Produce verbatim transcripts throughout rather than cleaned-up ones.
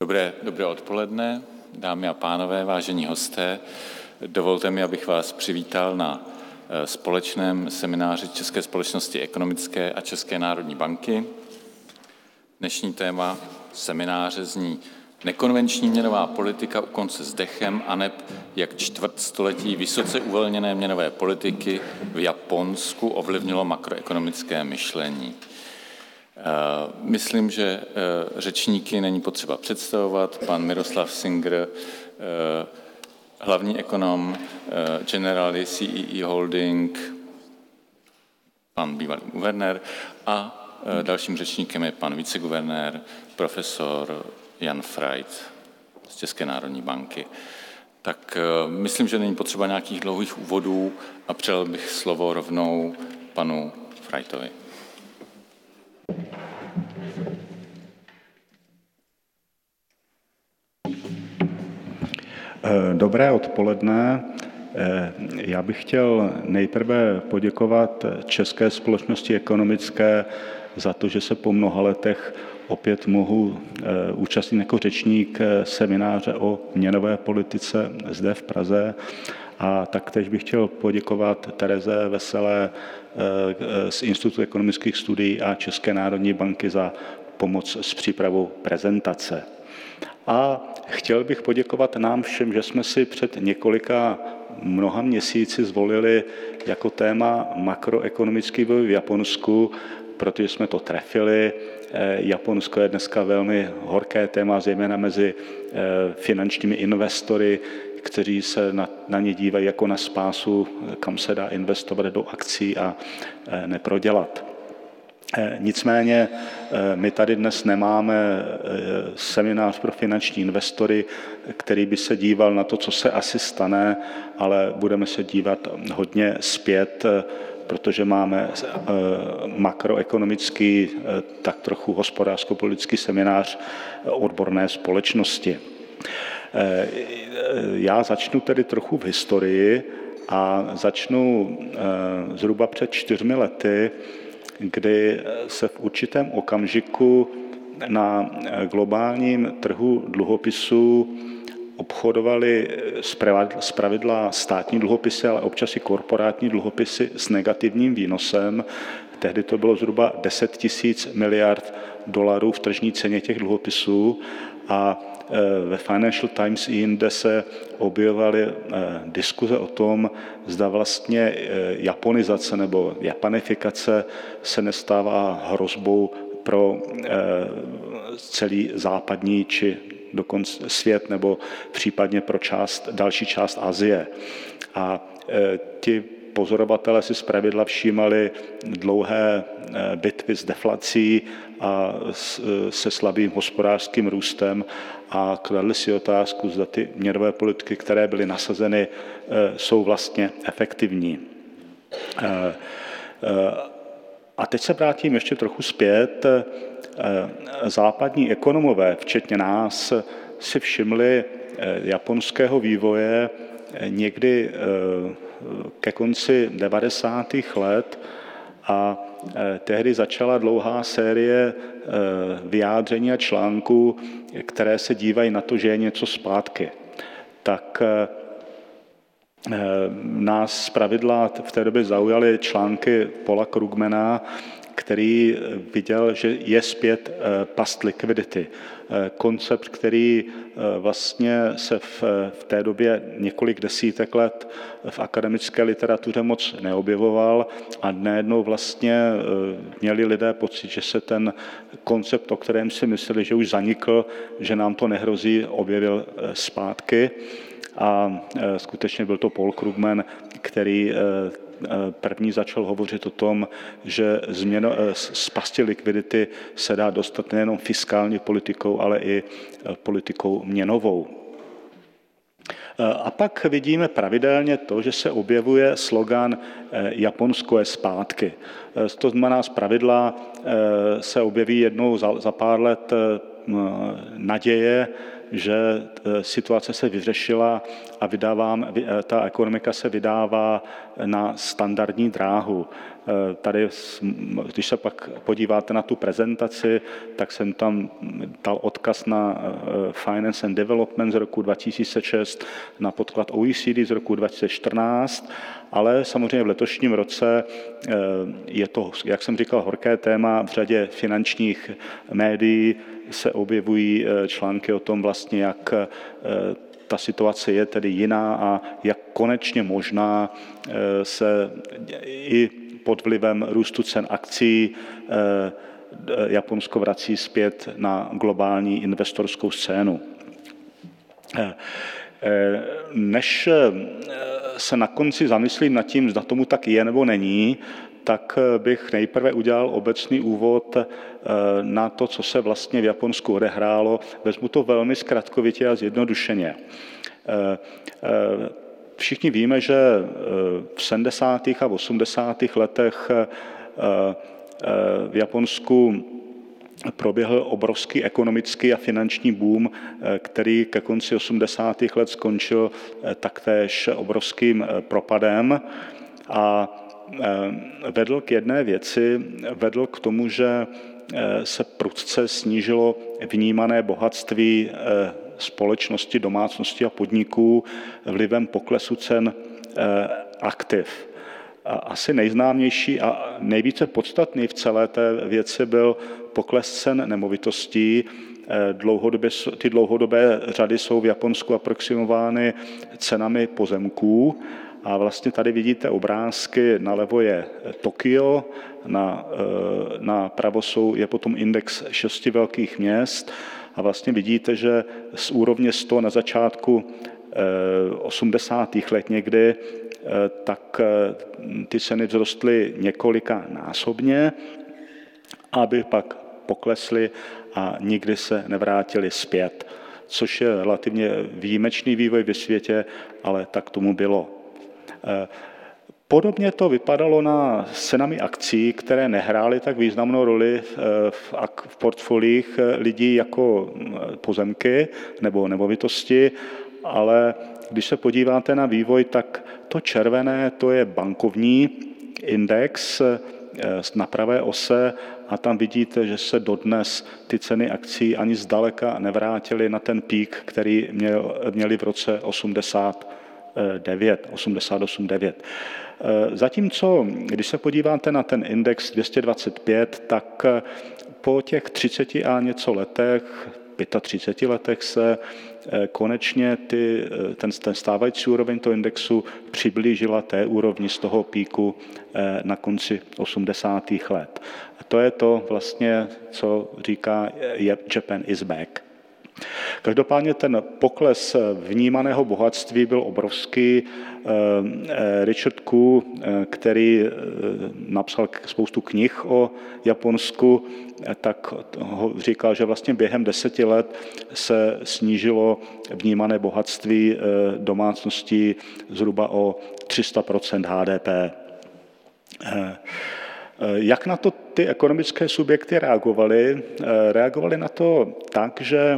Dobré, dobré odpoledne, dámy a pánové, vážení hosté. Dovolte mi, abych vás přivítal na společném semináři České společnosti ekonomické a České národní banky. Dnešní téma semináře zní Nekonvenční měnová politika u konce s dechem aneb jak čtvrtstoletí vysoce uvolněné měnové politiky v Japonsku ovlivnilo makroekonomické myšlení. Myslím, že řečníky není potřeba představovat. Pan Miroslav Singer, hlavní ekonom Generali C E E Holding, pan bývalý guvernér a dalším řečníkem je pan viceguvernér, profesor Jan Freit z České národní banky. Tak myslím, že není potřeba nějakých dlouhých úvodů a předal bych slovo rovnou panu Freitovi. Dobré odpoledne. Já bych chtěl nejprve poděkovat České společnosti ekonomické za to, že se po mnoha letech opět mohu účastnit jako řečník semináře o měnové politice zde v Praze. A taktéž bych chtěl poděkovat Tereze Veselé z Institutu ekonomických studií a České národní banky za pomoc s přípravou prezentace. A chtěl bych poděkovat nám všem, že jsme si před několika mnoha měsíci zvolili jako téma makroekonomický vývoj v Japonsku, protože jsme to trefili. Japonsko je dneska velmi horké téma, zejména mezi finančními investory, kteří se na, na ně dívají jako na spásu, kam se dá investovat do akcí a neprodělat. Nicméně my tady dnes nemáme seminář pro finanční investory, který by se díval na to, co se asi stane, ale budeme se dívat hodně zpět, protože máme makroekonomický, tak trochu hospodářsko-politický seminář odborné společnosti. Já začnu tedy trochu v historii a začnu zhruba před čtyřmi lety, kdy se v určitém okamžiku na globálním trhu dluhopisů obchodovaly zpravidla státní dluhopisy, ale občas i korporátní dluhopisy s negativním výnosem. Tehdy to bylo zhruba deset tisíc miliard dolarů v tržní ceně těch dluhopisů a ve Financial Times i jinde se objevovaly diskuze o tom, zda vlastně japonizace nebo japanifikace se nestává hrozbou pro celý západní či dokonce svět nebo případně pro část, další část Asie. A ti pozorovatelé si zpravidla všímali dlouhé bitvy s deflací a se slabým hospodářským růstem a kladli si otázku, zda ty měnové politiky, které byly nasazeny, jsou vlastně efektivní. A teď se vrátím ještě trochu zpět. Západní ekonomové, včetně nás, si všimli japonského vývoje někdy ke konci devadesátých let a tehdy začala dlouhá série vyjádření a článků, které se dívají na to, že je něco zpátky. Tak nás zpravidla v té době zaujaly články Paula Krugmana, který viděl, že je zpět past liquidity. Koncept, který vlastně se v, v té době několik desítek let v akademické literatuře moc neobjevoval a najednou vlastně měli lidé pocit, že se ten koncept, o kterém si mysleli, že už zanikl, že nám to nehrozí, objevil zpátky. A skutečně byl to Paul Krugman, který první začal hovořit o tom, že změno, z pasti likvidity se dá dostat nejenom fiskální politikou, ale i politikou měnovou. A pak vidíme pravidelně to, že se objevuje slogan Japonsko je zpátky. To znamená, zpravidla se objeví jednou za, za pár let naděje, že situace se vyřešila a vydávám, ta ekonomika se vydává na standardní dráhu. Tady, když se pak podíváte na tu prezentaci, tak jsem tam dal odkaz na Finance and Development z roku dva tisíce šest, na podklad O E C D z roku dva tisíce čtrnáct, ale samozřejmě v letošním roce je to, jak jsem říkal, horké téma. V řadě finančních médií se objevují články o tom vlastně, jak ta situace je tedy jiná a jak konečně možná se i pod vlivem růstu cen akcií Japonsko vrací zpět na globální investorskou scénu. Než se na konci zamyslím nad tím, zda tomu tak je nebo není, tak bych nejprve udělal obecný úvod na to, co se vlastně v Japonsku odehrálo. Vezmu to velmi zkratkovitě a zjednodušeně. Všichni víme, že v sedmdesátých a osmdesátých letech v Japonsku proběhl obrovský ekonomický a finanční boom, který ke konci osmdesátých let skončil taktéž obrovským propadem a vedl k jedné věci, vedl k tomu, že se prudce snížilo vnímané bohatství společnosti, domácností a podniků vlivem poklesu cen aktiv. Asi nejznámější a nejvíce podstatný v celé té věci byl pokles cen nemovitostí. Dlouhodobě, ty dlouhodobé řady jsou v Japonsku aproximovány cenami pozemků. A vlastně tady vidíte obrázky, nalevo je Tokio, na, na pravo jsou, je potom index šesti velkých měst a vlastně vidíte, že z úrovně sto na začátku osmdesátých let někdy, tak ty ceny vzrostly několika násobně, aby pak poklesly a nikdy se nevrátily zpět, což je relativně výjimečný vývoj ve světě, ale tak tomu bylo. Podobně to vypadalo na cenami akcií, které nehrály tak významnou roli v portfoliích lidí jako pozemky nebo nemovitosti, ale když se podíváte na vývoj, tak to červené, to je bankovní index na pravé ose a tam vidíte, že se dodnes ty ceny akcií ani zdaleka nevrátily na ten pík, který měl, měli v roce osmdesát devět, osmdesát osm devět. Zatímco, když se podíváte na ten index dvě stě dvacet pět, tak po těch třiceti a něco letech, třiceti pěti letech se konečně ty, ten, ten stávající úroveň toho indexu přiblížila té úrovni z toho píku na konci osmdesátých let. A to je to vlastně, co říká Japan is back. Každopádně ten pokles vnímaného bohatství byl obrovský. Richard Koo, který napsal spoustu knih o Japonsku, tak ho říkal, že vlastně během deseti let se snížilo vnímané bohatství domácností zhruba o tři sta procent H D P. Jak na to ty ekonomické subjekty reagovaly? Reagovaly na to tak, že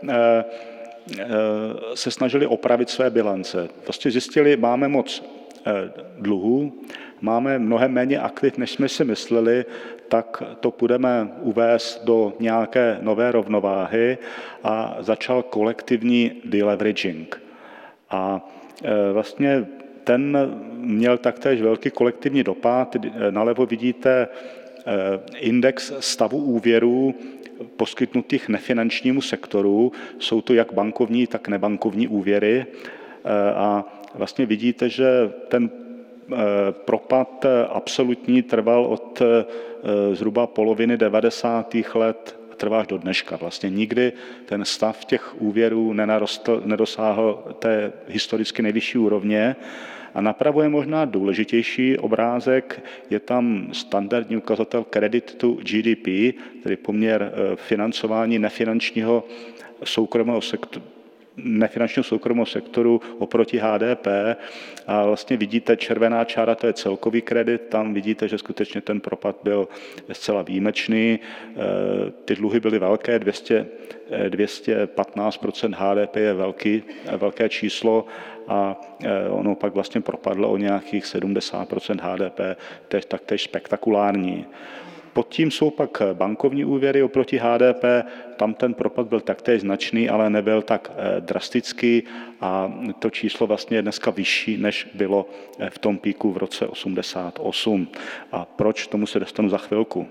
se snažili opravit své bilance. Prostě zjistili, máme moc dluhů, máme mnohem méně aktiv, než jsme si mysleli, tak to půjdeme uvést do nějaké nové rovnováhy a začal kolektivní deleveraging. A vlastně ten měl taktéž velký kolektivní dopad. Nalevo vidíte index stavu úvěrů poskytnutých nefinančnímu sektoru. Jsou to jak bankovní, tak nebankovní úvěry. A vlastně vidíte, že ten propad absolutní trval od zhruba poloviny devadesátých let, trvá až do dneška. Vlastně nikdy ten stav těch úvěrů nenarostl, nedosáhl té historicky nejvyšší úrovně. A napravo je možná důležitější obrázek, je tam standardní ukazatel credit to G D P, tedy poměr financování nefinančního soukromého sektoru, nefinančního soukromého sektoru oproti H D P. A vlastně vidíte, červená čára, to je celkový kredit, tam vidíte, že skutečně ten propad byl zcela výjimečný. Ty dluhy byly velké, dvě stě patnáct procent H D P je velký, velké číslo a ono pak vlastně propadlo o nějakých sedmdesát procent H D P, to je taktéž spektakulární. Pod tím jsou pak bankovní úvěry oproti H D P, tam ten propad byl taktéž značný, ale nebyl tak drastický a to číslo vlastně je dneska vyšší, než bylo v tom píku v roce osmdesát osm. A proč, tomu se dostanu za chvilku.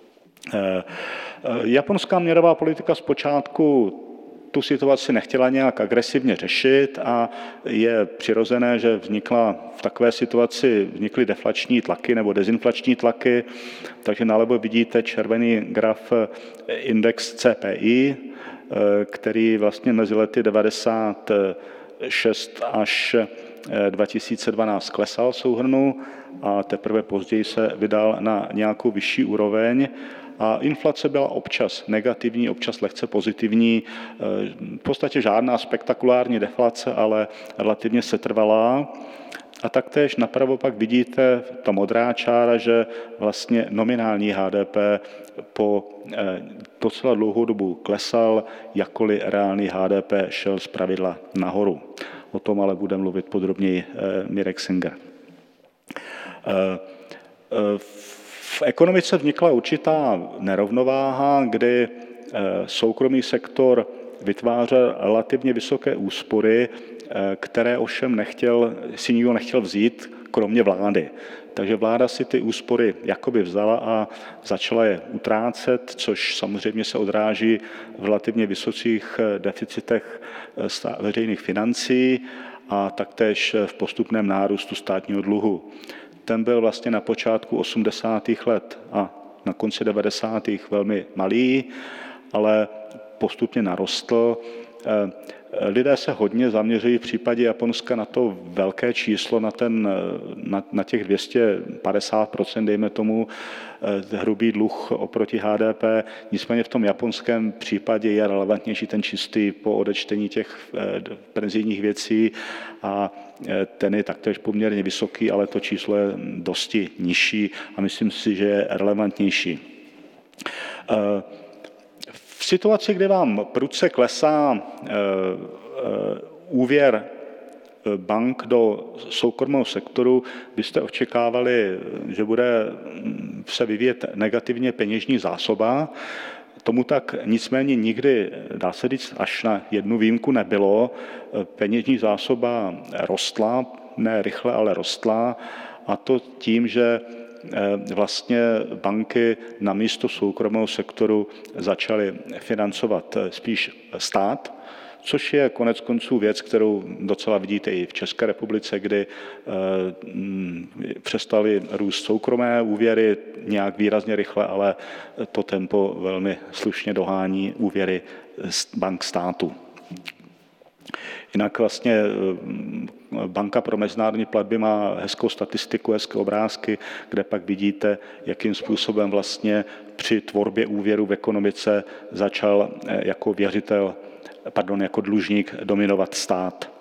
Japonská měnová politika zpočátku tu situaci nechtěla nějak agresivně řešit a je přirozené, že vznikla v takové situaci vznikly deflační tlaky nebo dezinflační tlaky, takže nalevo vidíte červený graf index C P I, který vlastně mezi lety devadesát šest až dva tisíce dvanáct klesal v souhrnu a teprve později se vydal na nějakou vyšší úroveň. A inflace byla občas negativní, občas lehce pozitivní, v podstatě žádná spektakulární deflace, ale relativně setrvalá. A taktéž napravo pak vidíte ta modrá čára, že vlastně nominální H D P po docela dlouhou dobu klesal, jakkoliv reálný H D P šel zpravidla nahoru. O tom ale bude mluvit podrobněji Mirek Singer. V ekonomice vznikla určitá nerovnováha, kdy soukromý sektor vytvářel relativně vysoké úspory, které ovšem nechtěl, si nikdo nechtěl vzít, kromě vlády. Takže vláda si ty úspory jakoby vzala a začala je utrácet, což samozřejmě se odráží v relativně vysokých deficitech veřejných financí a taktéž v postupném nárůstu státního dluhu. Ten byl vlastně na počátku osmdesátých let a na konci devadesátých velmi malý, ale postupně narostl. Lidé se hodně zaměřují v případě Japonska na to velké číslo, na, ten, na, na těch dvě stě padesát procent, dejme tomu, hrubý dluh oproti H D P. Nicméně v tom japonském případě je relevantnější ten čistý po odečtení těch penzijních věcí a ten je taktéž poměrně vysoký, ale to číslo je dosti nižší a myslím si, že je relevantnější. V situaci, kdy vám prudce klesá úvěr bank do soukromého sektoru, byste očekávali, že bude se vyvíjet negativně peněžní zásoba. Tomu tak nicméně nikdy, dá se říct, až na jednu výjimku nebylo. Peněžní zásoba rostla, ne rychle, ale rostla, a to tím, že vlastně banky na místo soukromého sektoru začaly financovat spíš stát, což je konec konců věc, kterou docela vidíte i v České republice, kdy přestaly růst soukromé úvěry nějak výrazně rychle, ale to tempo velmi slušně dohání úvěry bank státu. Jinak vlastně Banka pro mezinárodní platby má hezkou statistiku, hezké obrázky, kde pak vidíte, jakým způsobem vlastně při tvorbě úvěru v ekonomice začal jako věřitel, pardon, jako dlužník dominovat stát.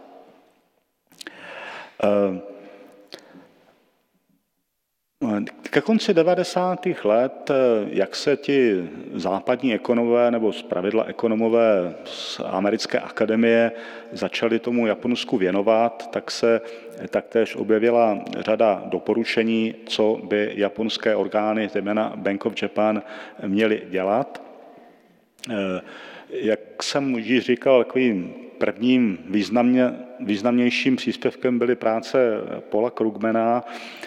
Ke konci devadesátých let, jak se ti západní ekonomové nebo zpravidla ekonomové z americké akademie začali tomu Japonsku věnovat, tak se taktéž objevila řada doporučení, co by japonské orgány, zejména Bank of Japan, měly dělat. Jak jsem už říkal, takovým prvním významně, významnějším příspěvkem byly práce Paula Krugmana.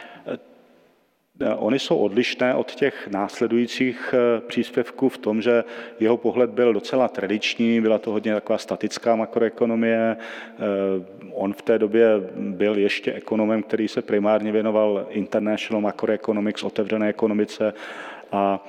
Ony jsou odlišné od těch následujících příspěvků v tom, že jeho pohled byl docela tradiční, byla to hodně taková statická makroekonomie. On v té době byl ještě ekonomem, který se primárně věnoval international macroeconomics, otevřené ekonomice a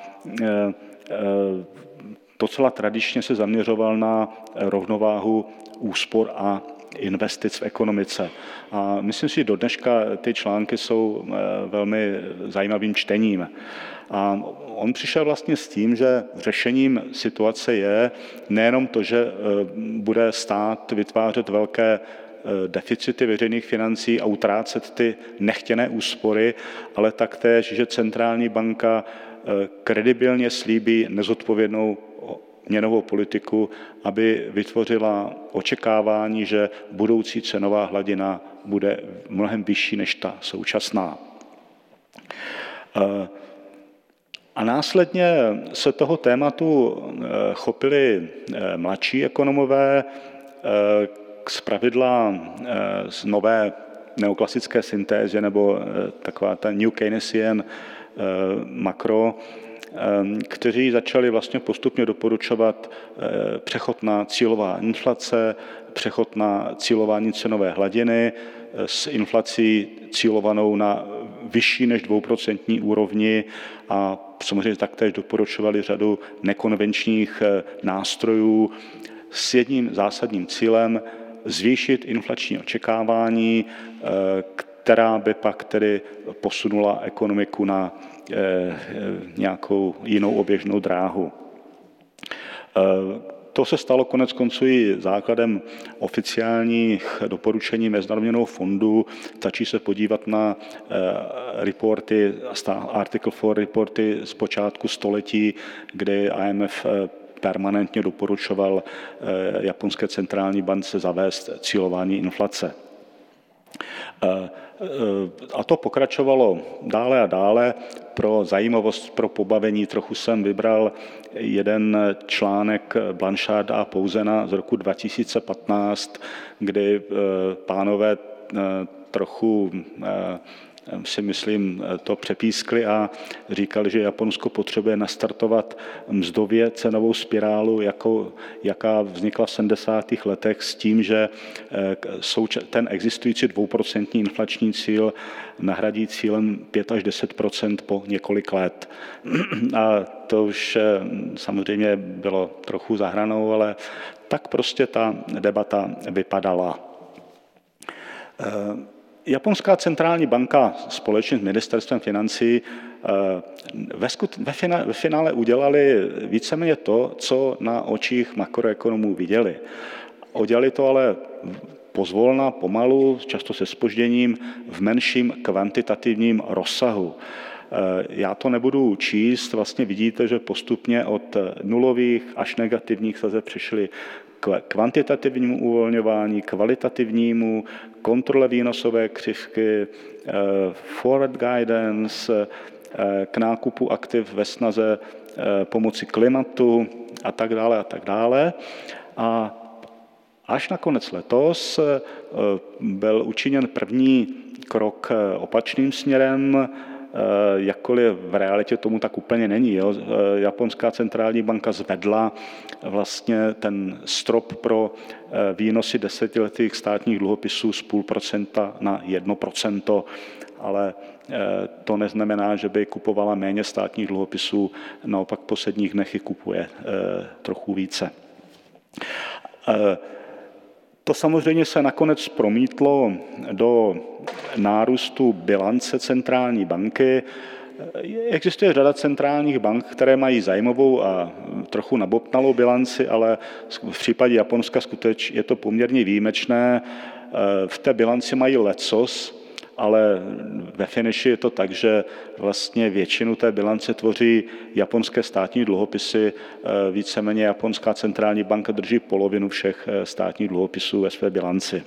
docela tradičně se zaměřoval na rovnováhu úspor a investic v ekonomice. A myslím si, že do dneška ty články jsou velmi zajímavým čtením. A on přišel vlastně s tím, že řešením situace je nejenom to, že bude stát vytvářet velké deficity veřejných financí a utrácet ty nechtěné úspory, ale taktéž, že centrální banka kredibilně slíbí nezodpovědnou měnovou politiku, aby vytvořila očekávání, že budoucí cenová hladina bude mnohem vyšší než ta současná. A následně se toho tématu chopili mladší ekonomové, zpravidla z nové neoklasické syntézy nebo taková ta New Keynesian makro, kteří začali vlastně postupně doporučovat přechod na cílová inflace, přechod na cílování cenové hladiny s inflací cílovanou na vyšší než dvouprocentní úrovni a samozřejmě taktéž doporučovali řadu nekonvenčních nástrojů s jedním zásadním cílem zvýšit inflační očekávání, která by pak tedy posunula ekonomiku na nějakou jinou oběžnou dráhu. To se stalo konec konců i základem oficiálních doporučení Mezinárodního fondu. Stačí se podívat na reporty, Article čtyři reporty z počátku století, kdy I M F permanentně doporučoval japonské centrální bance zavést cílování inflace. A to pokračovalo dále a dále. Pro zajímavost, pro pobavení trochu jsem vybral jeden článek Blancharda a Pouzena z roku dva tisíce patnáct, kdy pánové trochu si myslím, to přepískli a říkali, že Japonsko potřebuje nastartovat mzdově cenovou spirálu, jako, jaká vznikla v sedmdesátých letech s tím, že ten existující dvouprocentní inflační cíl nahradí cílem pět až deset procent po několik let. A to už samozřejmě bylo trochu za hranou, ale tak prostě ta debata vypadala. Japonská centrální banka společně s ministerstvem financí ve, skut, ve, finále, ve finále udělali víceméně to, co na očích makroekonomů viděli. Udělali to ale pozvolna, pomalu, často se zpožděním, v menším kvantitativním rozsahu. Já to nebudu číst, vlastně vidíte, že postupně od nulových až negativních sazeb přišli k kvantitativnímu uvolňování, kvalitativnímu, kontrole výnosové křivky, forward guidance, k nákupu aktiv ve snaze pomoci klimatu a tak dále a tak dále. A až nakonec letos byl učiněn první krok opačným směrem, jakkoliv v realitě tomu tak úplně není. Jo. Japonská centrální banka zvedla vlastně ten strop pro výnosy desetiletých státních dluhopisů z půl procenta na jedno procento, ale to neznamená, že by kupovala méně státních dluhopisů, naopak v posledních dnech ji kupuje trochu více. To samozřejmě se nakonec promítlo do nárůstu bilance centrální banky. Existuje řada centrálních bank, které mají zajímavou a trochu nabobtnalou bilanci, ale v případě Japonska skutečně je to poměrně výjimečné. V té bilanci mají lecos, ale ve finiši je to tak, že vlastně většinu té bilance tvoří japonské státní dluhopisy. Víceméně Japonská centrální banka drží polovinu všech státních dluhopisů ve své bilanci.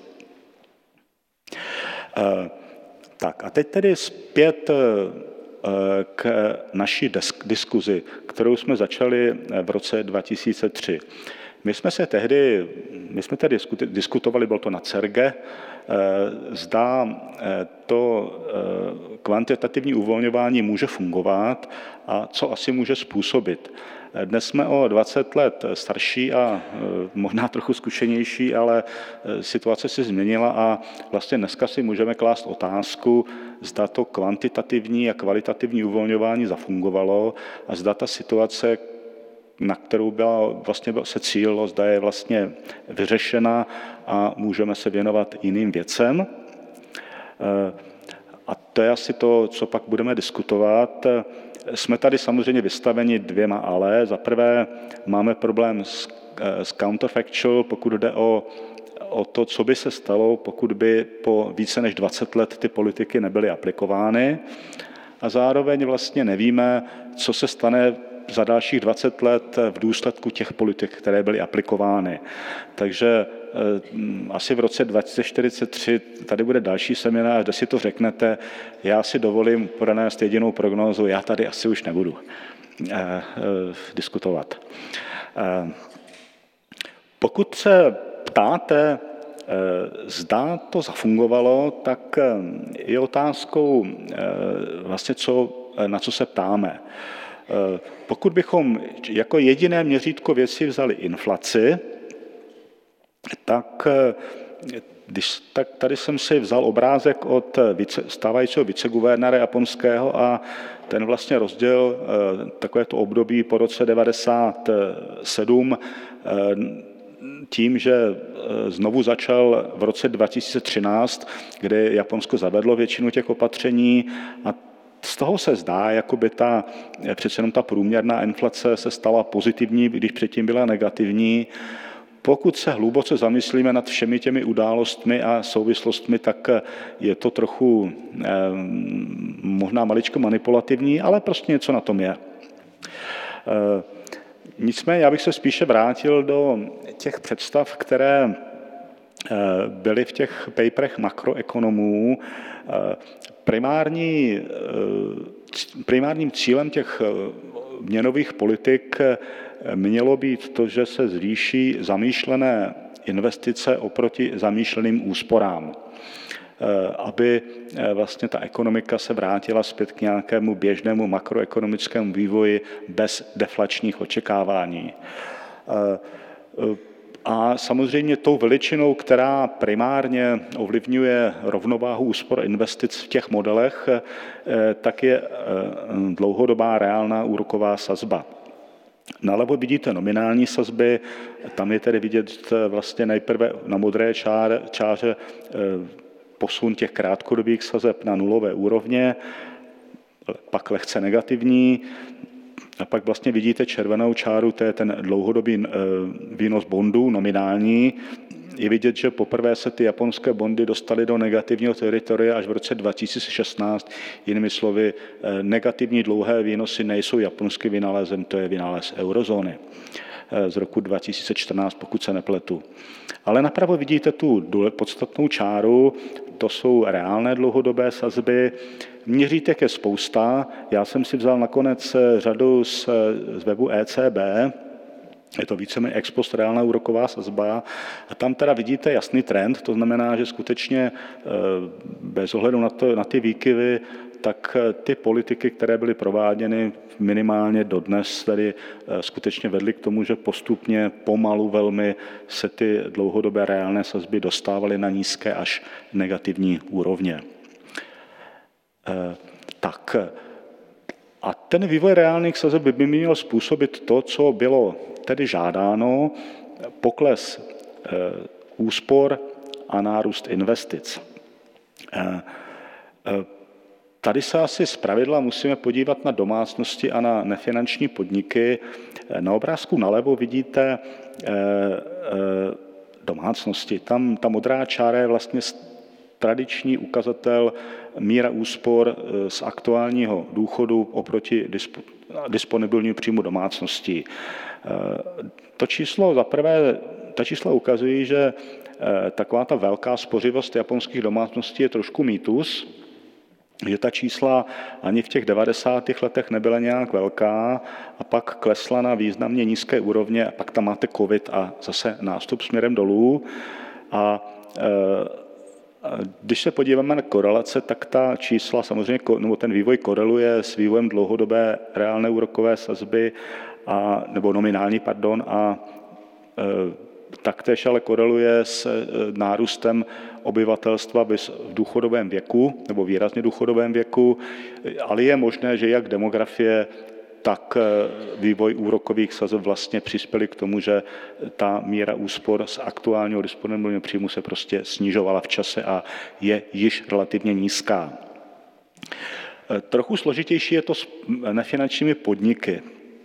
Tak a teď tedy zpět k naší diskuzi, kterou jsme začali v roce dva tisíce tři. My jsme se tehdy, my jsme tedy diskutovali, bylo to na CERGE, zda to kvantitativní uvolňování může fungovat a co asi může způsobit. Dnes jsme o dvacet let starší a možná trochu zkušenější, ale situace se změnila a vlastně dneska si můžeme klást otázku, zda to kvantitativní a kvalitativní uvolňování zafungovalo a zda ta situace, na kterou byla, vlastně se cílilo, zda je vlastně vyřešena a můžeme se věnovat jiným věcem. A to je asi to, co pak budeme diskutovat. jsme tady samozřejmě vystaveni dvěma ale. Za prvé máme problém s, s counterfactual, pokud jde o, o to, co by se stalo, pokud by po více než dvacet let ty politiky nebyly aplikovány. A zároveň vlastně nevíme, co se stane za dalších dvacet let v důsledku těch politik, které byly aplikovány. Takže asi v roce dva tisíce čtyřicet tři tady bude další seminář, kde si to řeknete. Já si dovolím pronést jedinou prognózu, já tady asi už nebudu eh, eh, diskutovat. Eh, pokud se ptáte, eh, zda to zafungovalo, tak je otázkou eh, vlastně, co, na co se ptáme. Eh, pokud bychom jako jediné měřítko věci vzali inflaci, tak, když, tak tady jsem si vzal obrázek od vice, stávajícího viceguvernéra japonského a ten vlastně rozdělil takovéto období po roce devadesát sedm tím, že znovu začal v roce dva tisíce třináct, kde Japonsko zavedlo většinu těch opatření a z toho se zdá, jako by ta, přece jenom ta průměrná inflace se stala pozitivní, když předtím byla negativní. Pokud se hluboce zamyslíme nad všemi těmi událostmi a souvislostmi, tak je to trochu eh, možná maličko manipulativní, ale prostě něco na tom je. Eh, nicméně já bych se spíše vrátil do těch představ, které eh, byly v těch paperech makroekonomů. Eh, primární, eh, primárním cílem těch měnových politik mělo být to, že se zvýší zamýšlené investice oproti zamýšleným úsporám, aby vlastně ta ekonomika se vrátila zpět k nějakému běžnému makroekonomickému vývoji bez deflačních očekávání. A samozřejmě tou veličinou, která primárně ovlivňuje rovnováhu úspor investic v těch modelech, tak je dlouhodobá reálná úroková sazba. Nalevo vidíte nominální sazby, tam je tedy vidět vlastně nejprve na modré čáře, čáře posun těch krátkodobých sazeb na nulové úrovně, pak lehce negativní, a pak vlastně vidíte červenou čáru, to je ten dlouhodobý výnos bondů, nominální. Je vidět, že poprvé se ty japonské bondy dostaly do negativního teritoria až v roce dva tisíce šestnáct. Jinými slovy, negativní dlouhé výnosy nejsou japonským vynálezem, to je vynález eurozóny z roku dva tisíce čtrnáct, pokud se nepletu. Ale napravo vidíte tu podstatnou čáru, to jsou reálné dlouhodobé sazby. Měřítek je spousta, já jsem si vzal nakonec řadu z, z webu E C B, je to víceméně ex post reálná úroková sazba a tam teda vidíte jasný trend, to znamená, že skutečně bez ohledu na, to, na ty výkyvy, tak ty politiky, které byly prováděny minimálně dodnes, tedy skutečně vedly k tomu, že postupně pomalu velmi se ty dlouhodobé reálné sazby dostávaly na nízké až negativní úrovně. Tak a ten vývoj reálných sazeb by měl způsobit to, co bylo tedy žádáno, pokles úspor a nárůst investic. Tady se asi zpravidla musíme podívat na domácnosti a na nefinanční podniky. Na obrázku nalevo vidíte domácnosti. Tam ta modrá čára je vlastně tradiční ukazatel míra úspor z aktuálního důchodu oproti disponibilnímu příjmu domácností. To číslo zaprvé, ta čísla ukazují, že taková ta velká spořivost japonských domácností je trošku mýtus, že ta čísla ani v těch devadesátých letech nebyla nějak velká a pak klesla na významně nízké úrovně a pak tam máte covid a zase nástup směrem dolů. A když se podíváme na korelace, tak ta čísla samozřejmě, nebo ten vývoj koreluje s vývojem dlouhodobé reálné úrokové sazby a, nebo nominální, pardon, a e, taktéž ale koreluje s e, nárůstem obyvatelstva v důchodovém věku, nebo výrazně důchodovém věku, ale je možné, že jak demografie, tak vývoj úrokových sazeb vlastně přispěli k tomu, že ta míra úspor z aktuálního disponibilního příjmu se prostě snižovala v čase a je již relativně nízká. Trochu složitější je to s nefinančními podniky.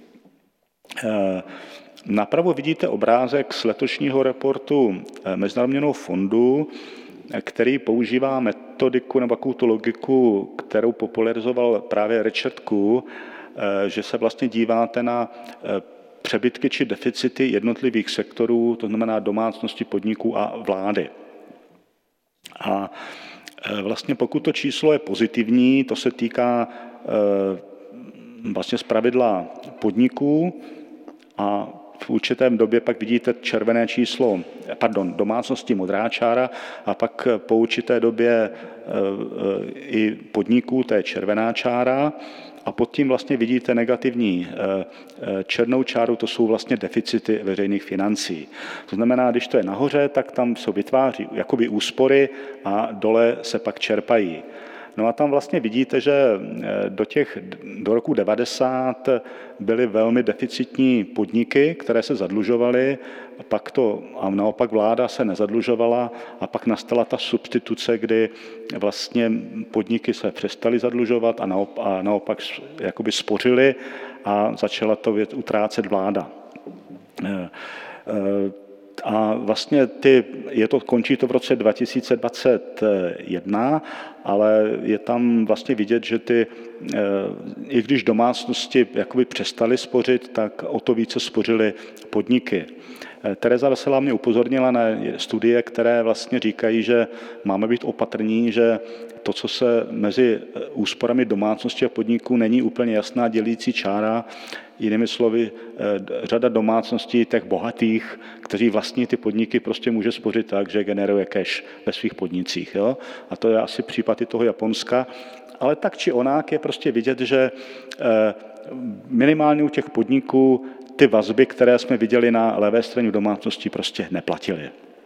Napravo vidíte obrázek z letošního reportu Mezinárodního fondu, který používá metodiku nebo takovou tu logiku, kterou popularizoval právě Richard Koo, že se vlastně díváte na přebytky či deficity jednotlivých sektorů, to znamená domácnosti, podniků a vlády. A vlastně pokud to číslo je pozitivní, to se týká vlastně zpravidla podniků a v určitém době pak vidíte červené číslo, pardon, domácnosti modrá čára a pak po určité době i podniků, to je červená čára a pod tím vlastně vidíte negativní černou čáru, to jsou vlastně deficity veřejných financí. To znamená, když to je nahoře, tak tam se vytváří jakoby úspory a dole se pak čerpají. No a tam vlastně vidíte, že do, těch, do roku devadesát byly velmi deficitní podniky, které se zadlužovaly, a pak to, a naopak vláda se nezadlužovala a pak nastala ta substituce, kdy vlastně podniky se přestaly zadlužovat a naopak, a naopak jakoby spořily a začala to utrácet vláda. A vlastně ty, je to, končí to v roce dva tisíce dvacet jedna, ale je tam vlastně vidět, že ty, i když domácnosti jakoby přestaly spořit, tak o to více spořily podniky. Tereza Veselá mě upozornila na studie, které vlastně říkají, že máme být opatrní, že to, co se mezi úsporami domácnosti a podniků není úplně jasná dělící čára, jinými slovy, řada domácností těch bohatých, kteří vlastní ty podniky, prostě může spořit tak, že generuje cash ve svých podnicích. Jo? A to je asi případ i toho Japonska. Ale tak či onak je prostě vidět, že minimálně u těch podniků ty vazby, které jsme viděli na levé straně domácností, prostě neplatily.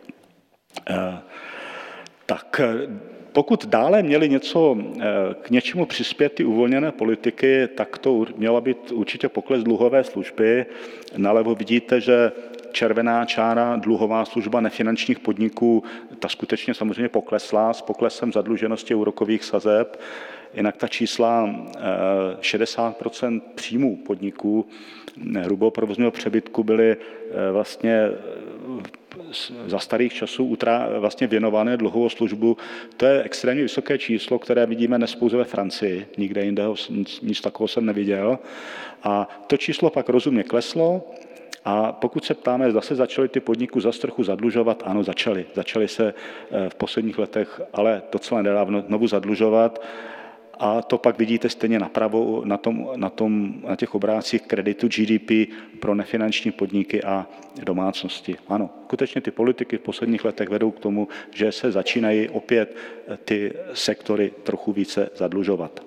Tak pokud dále měli něco k něčemu přispět ty uvolněné politiky, tak to měla být určitě pokles dluhové služby. Nalevo vidíte, že červená čára, dluhová služba nefinančních podniků, ta skutečně samozřejmě poklesla s poklesem zadluženosti úrokových sazeb. Jinak ta čísla šedesát procent příjmů podniků hrubého provozního přebytku byly vlastně za starých časů vlastně věnované dluhovou službu. To je extrémně vysoké číslo, které vidíme dnes pouze ve Francii. Nikde jinde nic, nic takového jsem neviděl. A to číslo pak rozumně kleslo. A pokud se ptáme, zase začaly ty podniky zase trochu zadlužovat, ano, začaly. Začaly se v posledních letech, ale docela nedávno znovu zadlužovat. A to pak vidíte stejně napravo na, tom, na, tom, na těch obrázcích kreditu G D P pro nefinanční podniky a domácnosti. Ano, skutečně ty politiky v posledních letech vedou k tomu, že se začínají opět ty sektory trochu více zadlužovat.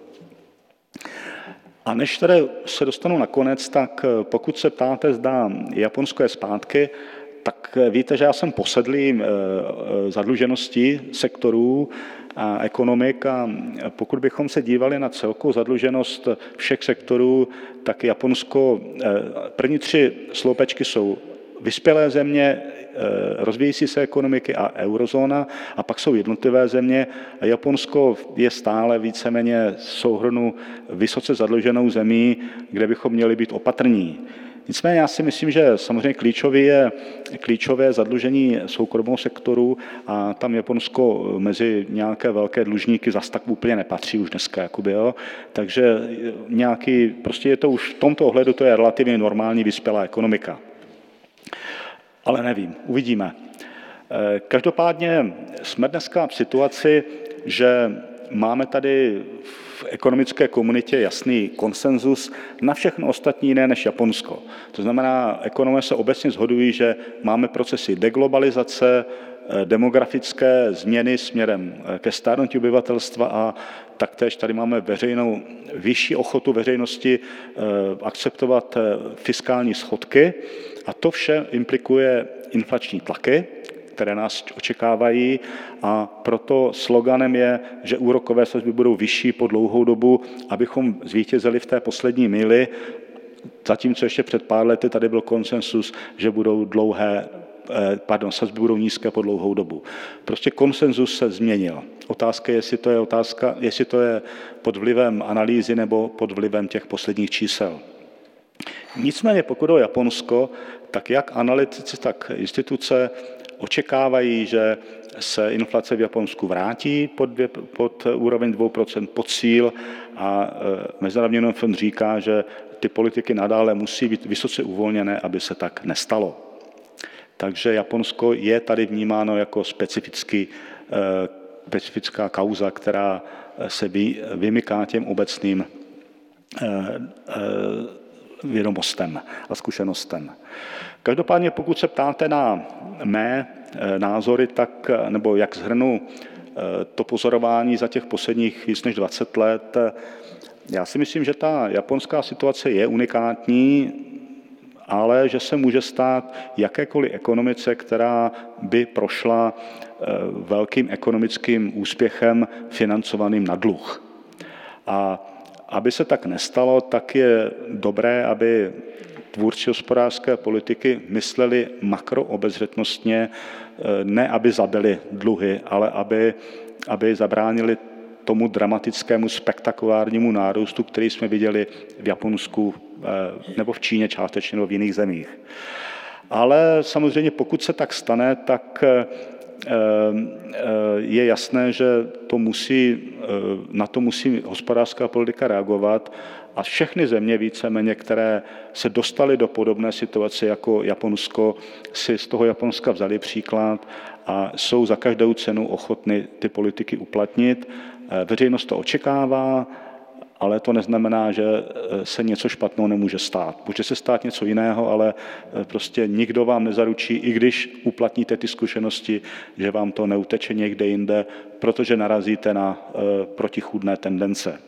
A než tedy se dostanu na konec, tak pokud se ptáte, zda Japonsko je zpátky, tak víte, že já jsem posedlý zadlužeností sektorů a ekonomik a pokud bychom se dívali na celkovou zadluženost všech sektorů, tak Japonsko, první tři sloupečky jsou vyspělé země, rozvíjející se ekonomiky a eurozóna a pak jsou jednotlivé země a Japonsko je stále víceméně souhrnu vysoce zadluženou zemí, kde bychom měli být opatrní. Nicméně já si myslím, že samozřejmě klíčové je klíčové zadlužení soukromého sektoru a tam Japonsko mezi nějaké velké dlužníky zas tak úplně nepatří už dneska. Jakoby, jo. Takže nějaký, prostě je to už v tomto ohledu to je relativně normální vyspělá ekonomika. Ale nevím, uvidíme. Každopádně jsme dneska v situaci, že máme tady v ekonomické komunitě jasný konsenzus na všechno ostatní jiné než Japonsko. To znamená, ekonomové se obecně shodují, že máme procesy deglobalizace, demografické změny směrem ke stárnutí obyvatelstva a taktéž tady máme veřejnou, vyšší ochotu veřejnosti akceptovat fiskální schodky a to vše implikuje inflační tlaky, které nás očekávají a proto sloganem je, že úrokové sazby budou vyšší po dlouhou dobu, abychom zvítězili v té poslední míli, zatímco ještě před pár lety tady byl konsensus, že budou dlouhé pardon, sazby budou nízké po dlouhou dobu. Prostě konsenzus se změnil. Otázka je, jestli to je, otázka, jestli to je pod vlivem analýzy nebo pod vlivem těch posledních čísel. Nicméně pokud o Japonsko, tak jak analytici, tak instituce očekávají, že se inflace v Japonsku vrátí pod, dvě, pod úroveň dvou procent, pod cíl a Mezinárodní měnový fond říká, že ty politiky nadále musí být vysoce uvolněné, aby se tak nestalo. Takže Japonsko je tady vnímáno jako specifický, specifická kauza, která se vymyká těm obecným vědomostem a zkušenostem. Každopádně, pokud se ptáte na mé názory, tak, nebo jak shrnu to pozorování za těch posledních víc než dvacet let, já si myslím, že ta japonská situace je unikátní, ale že se může stát jakékoliv ekonomice, která by prošla velkým ekonomickým úspěchem financovaným na dluh. A aby se tak nestalo, tak je dobré, aby tvůrčí hospodářské politiky mysleli makroobezřetnostně, ne aby zabili dluhy, ale aby, aby zabránili tomu dramatickému, spektakulárnímu nárůstu, který jsme viděli v Japonsku nebo v Číně částečně nebo v jiných zemích. Ale samozřejmě pokud se tak stane, tak je jasné, že to musí, na to musí hospodářská politika reagovat a všechny země víceméně, které se dostaly do podobné situace jako Japonsko, si z toho Japonska vzali příklad a jsou za každou cenu ochotny ty politiky uplatnit. Veřejnost to očekává, ale to neznamená, že se něco špatného nemůže stát. Může se stát něco jiného, ale prostě nikdo vám nezaručí, i když uplatníte ty zkušenosti, že vám to neuteče někde jinde, protože narazíte na protichůdné tendence.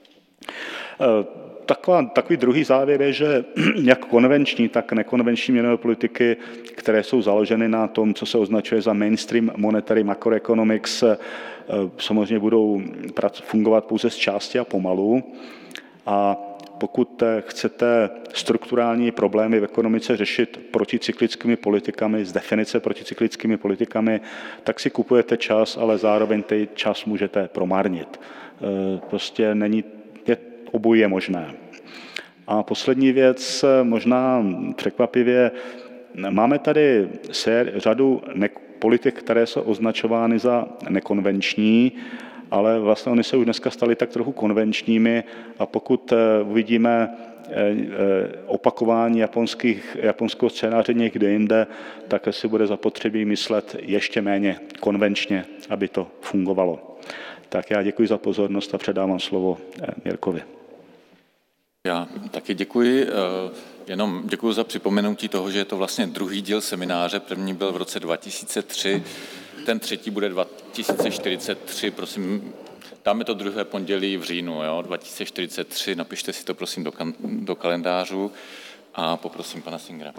Taková, takový druhý závěr je, že jak konvenční, tak nekonvenční měnové politiky, které jsou založeny na tom, co se označuje za mainstream monetary macroeconomics, samozřejmě budou fungovat pouze z části a pomalu. A pokud chcete strukturální problémy v ekonomice řešit proticyklickými politikami, z definice proticyklickými politikami, tak si kupujete čas, ale zároveň ten čas můžete promarnit. Prostě není, je, obojí je možné. A poslední věc, možná překvapivě, máme tady sér, řadu politik, které jsou označovány za nekonvenční, ale vlastně oni se už dneska staly tak trochu konvenčními a pokud uvidíme opakování japonských, japonského scénáře někde jinde, tak si bude zapotřebí myslet ještě méně konvenčně, aby to fungovalo. Tak já děkuji za pozornost a předávám slovo Mirkovi. Já taky děkuji. Jenom děkuji za připomenutí toho, že je to vlastně druhý díl semináře. První byl v roce dva tisíce tři, ten třetí bude dva tisíce čtyřicet tři. Prosím, dáme to druhé pondělí v říjnu, jo? dva tisíce čtyřicet tři. Napište si to prosím do, kan- do kalendářů a poprosím pana Singra.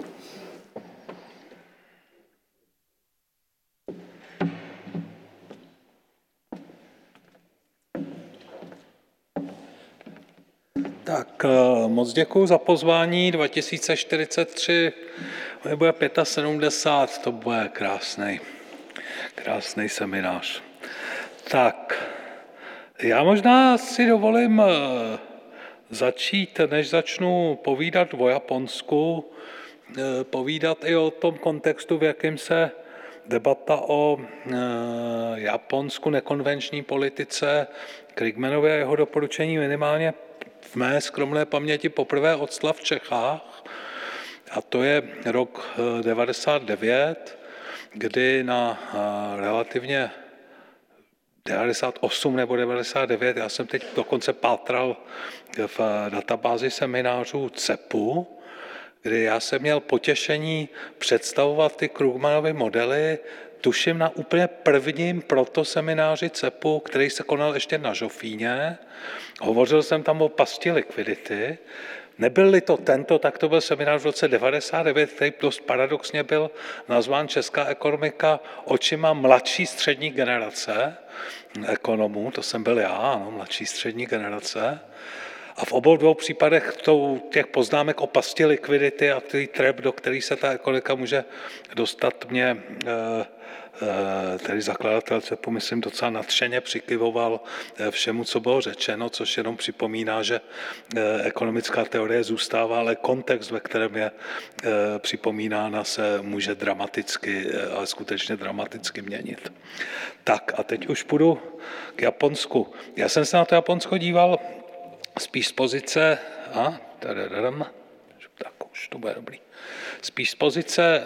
Tak moc děkuji za pozvání. dva tisíce čtyřicet tři bude sedmdesát pět, to bude krásný, krásný seminář. Tak, já možná si dovolím začít, než začnu povídat o Japonsku, povídat i o tom kontextu, v jakém se debata o Japonsku, nekonvenční politice, Krugmanovi a jeho doporučení minimálně v mé skromné paměti poprvé odstla v Čechách, a to je rok devadesát devět, kdy na relativně devadesát osm nebo devadesát devět, já jsem teď dokonce pátral v databázi seminářů C E P u, kdy já jsem měl potěšení představovat ty Krugmanovy modely, tuším na úplně prvním protosemináři C E P u, který se konal ještě na Žofíně. Hovořil jsem tam o pasti likvidity. Nebyl-li to tento, tak to byl seminář v roce devadesát devět, který dost paradoxně byl nazván Česká ekonomika očima mladší střední generace ekonomů, to jsem byl já, ano, mladší střední generace. A v obou dvou případech tou těch poznámek o pasti likvidity a který trap, do který se ta ekonomika může dostat, mě tedy zakladatel CEPu, myslím, docela nadšeně přikyvoval všemu, co bylo řečeno, což jenom připomíná, že ekonomická teorie zůstává, ale kontext, ve kterém je připomínána, se může dramaticky, ale skutečně dramaticky měnit. Tak a teď už půjdu k Japonsku. Já jsem se na to Japonsko díval spíš z pozice, a, tadadadam, tak už to bude dobrý, spíš z pozice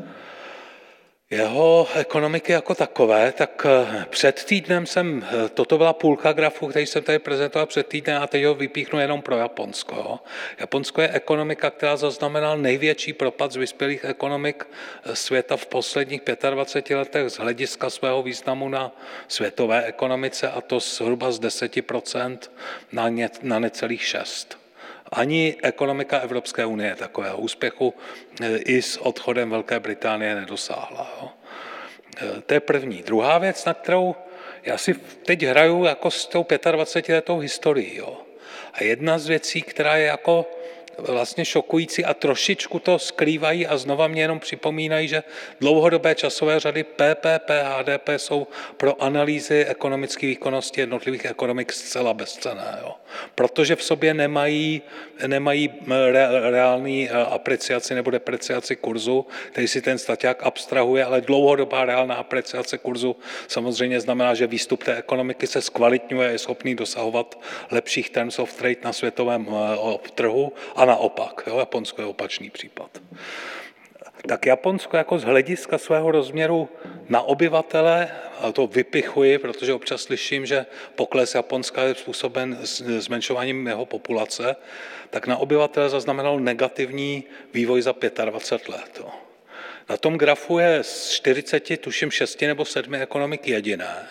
jeho ekonomiky jako takové, tak před týdnem jsem, toto byla půlka grafu, který jsem tady prezentoval před týdnem a teď ho vypíchnu jenom pro Japonsko. Jo. Japonsko je ekonomika, která zaznamenala největší propad z vyspělých ekonomik světa v posledních dvaceti pěti letech z hlediska svého významu na světové ekonomice, a to zhruba z deseti procent na, ně, na necelých šest procent. Ani ekonomika Evropské unie takového úspěchu i s odchodem Velké Británie nedosáhla. Jo. To je první. Druhá věc, na kterou já si teď hraju jako s tou dvacetiletou historií. Jo. A jedna z věcí, která je jako vlastně šokující a trošičku to skrývají a znova mě jenom připomínají, že dlouhodobé časové řady P P P, H D P jsou pro analýzy ekonomické výkonnosti jednotlivých ekonomik zcela bezcenné, jo. Protože v sobě nemají, nemají re, reální apreciaci nebo depreciaci kurzu, který si ten staťák abstrahuje, ale dlouhodobá reálná apreciace kurzu samozřejmě znamená, že výstup té ekonomiky se zkvalitňuje a je schopný dosahovat lepších terms of trade na světovém trhu a naopak. Jo, Japonsko je opačný případ. Tak Japonsko jako z hlediska svého rozměru na obyvatele, a to vypichuji, protože občas slyším, že pokles Japonska je způsoben zmenšováním jeho populace, tak na obyvatele zaznamenal negativní vývoj za dvacet pět let. Jo. Na tom grafu je z čtyřiceti, tuším šesti nebo sedmi ekonomik jediné.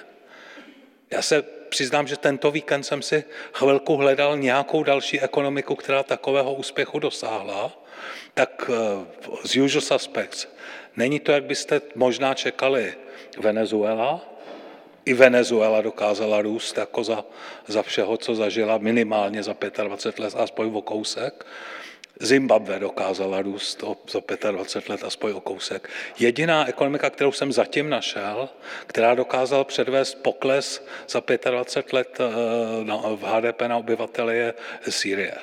Já se přiznám, že tento víkend jsem si chvilku hledal nějakou další ekonomiku, která takového úspěchu dosáhla, tak z usual suspects. Není to, jak byste možná čekali, Venezuela. I Venezuela dokázala růst jako za, za všeho, co zažila minimálně za dvacet pět let, aspoň o kousek. Zimbabwe dokázala růst za dvacet pět let aspoň o kousek. Jediná ekonomika, kterou jsem zatím našel, která dokázala předvést pokles za dvacet pět let v H D P na obyvatele, je Sýrie.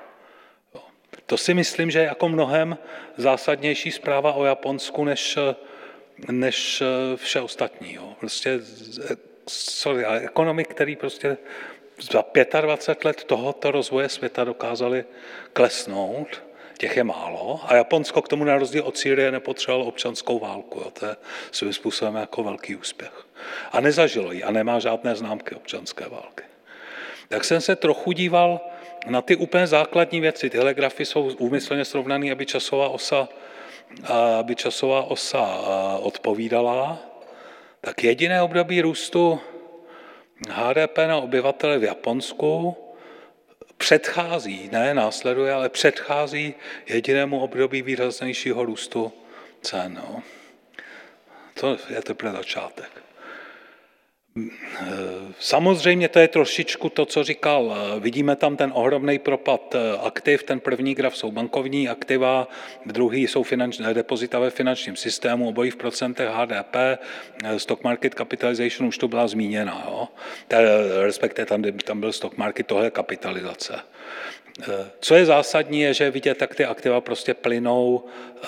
To si myslím, že je jako mnohem zásadnější zpráva o Japonsku než, než vše ostatní. Jo. Prostě, sorry, ale ekonomik, který prostě za dvacet pět let tohoto rozvoje světa dokázali klesnout, těch je málo, a Japonsko k tomu na rozdíl od Sýrie nepotřebovalo občanskou válku. Jo. To je svým způsobem jako velký úspěch. A nezažilo ji a nemá žádné známky občanské války. Tak jsem se trochu díval na ty úplně základní věci. Tyhle grafy jsou úmyslně srovnané, aby časová osa, aby časová osa odpovídala. Tak jediné období růstu H D P na obyvatele v Japonsku předchází, ne následuje, ale předchází jedinému období výraznějšího růstu cen. No. To je teprve začátek. Samozřejmě to je trošičku to, co říkal. Vidíme tam ten ohromný propad aktiv. Ten první graf jsou bankovní aktiva, druhý jsou finanční, depozita ve finančním systému, obojí v procentech H D P. Stock market capitalization už to byla zmíněna. Jo? Respektive tam, tam byl stock market, tohle je kapitalizace. Co je zásadní, je, že vidět, tak ty aktiva prostě plynou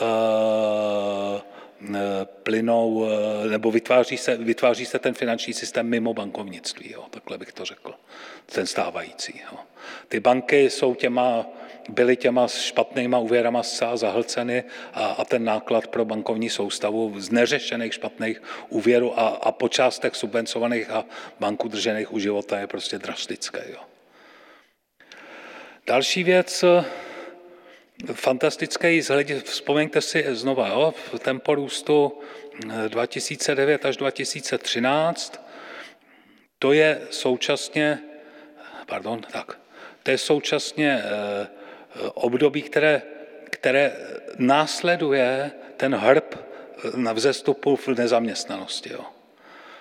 plynou, nebo vytváří se, vytváří se ten finanční systém mimo bankovnictví, jo, takhle bych to řekl, ten stávající. Jo. Ty banky jsou těma, byly těma špatnýma úvěrama zcela zahlceny a, a ten náklad pro bankovní soustavu z neřešených špatných úvěrů a, a po částech subvencovaných a banku držených u života je prostě drastické. Jo. Další věc, fantastické, vzpomeňte si znova, jo, v tempo růstu dva tisíce devět až dva tisíce třináct, to je současně, pardon, tak, to je současně období, které, které následuje ten hrb na vzestupu v nezaměstnanosti. Jo.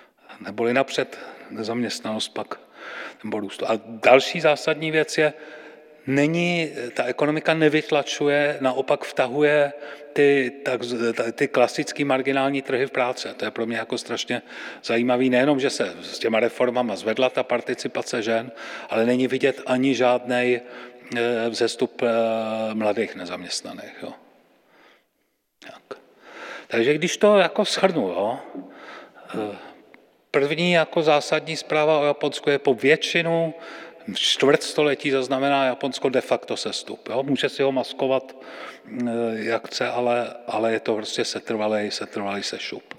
Neboli napřed nezaměstnanost, pak tempo růstu. A další zásadní věc je, není, ta ekonomika nevytlačuje, naopak vtahuje ty, tak, ty klasické marginální trhy v práce. To je pro mě jako strašně zajímavý, nejenom, že se s těma reformama zvedla ta participace žen, ale není vidět ani žádnej vzestup mladých nezaměstnaných. Jo. Tak. Takže když to jako shrnu, jo, první jako zásadní zpráva o Japonsku je po většinu čtvrtstoletí zaznamená Japonsko de facto sestup. Jo. Může si ho maskovat, jak chce, ale, ale je to prostě setrvalý, setrvalý sešup.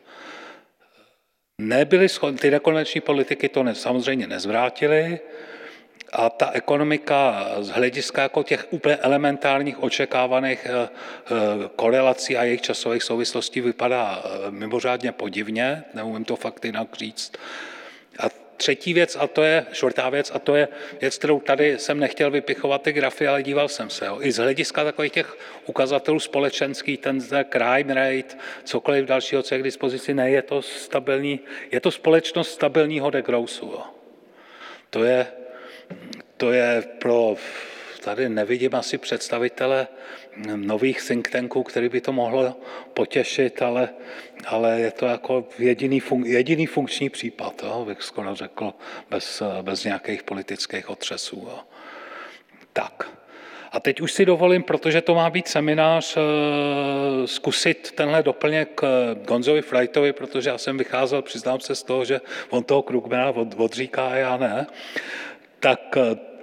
Nebyly schopni, ty nekonvenční politiky to ne, samozřejmě nezvrátily, a ta ekonomika z hlediska jako těch úplně elementárních očekávaných korelací a jejich časových souvislostí vypadá mimořádně podivně, neumím to fakt jinak říct. A třetí věc, a to je čtvrtá věc, a to je věc, kterou tady jsem nechtěl vypichovat ty grafy, ale díval jsem se. Jo. I z hlediska takových těch ukazatelů společenských, ten crime rate, cokoliv dalšího, co je k dispozici, ne, je to stabilní, je to společnost stabilního degrowthu. Jo. To je To je pro, tady nevidím asi představitele nových think tanků, který by to mohlo potěšit, ale, ale je to jako jediný, fun, jediný funkční případ, jo, bych skoro řekl, bez, bez nějakých politických otřesů. Jo. Tak. A teď už si dovolím, protože to má být seminář, zkusit tenhle doplněk Gonzovi Frightovi, protože já jsem vycházel, přiznám se z toho, že on toho Krugmana od, odříká a já ne, tak,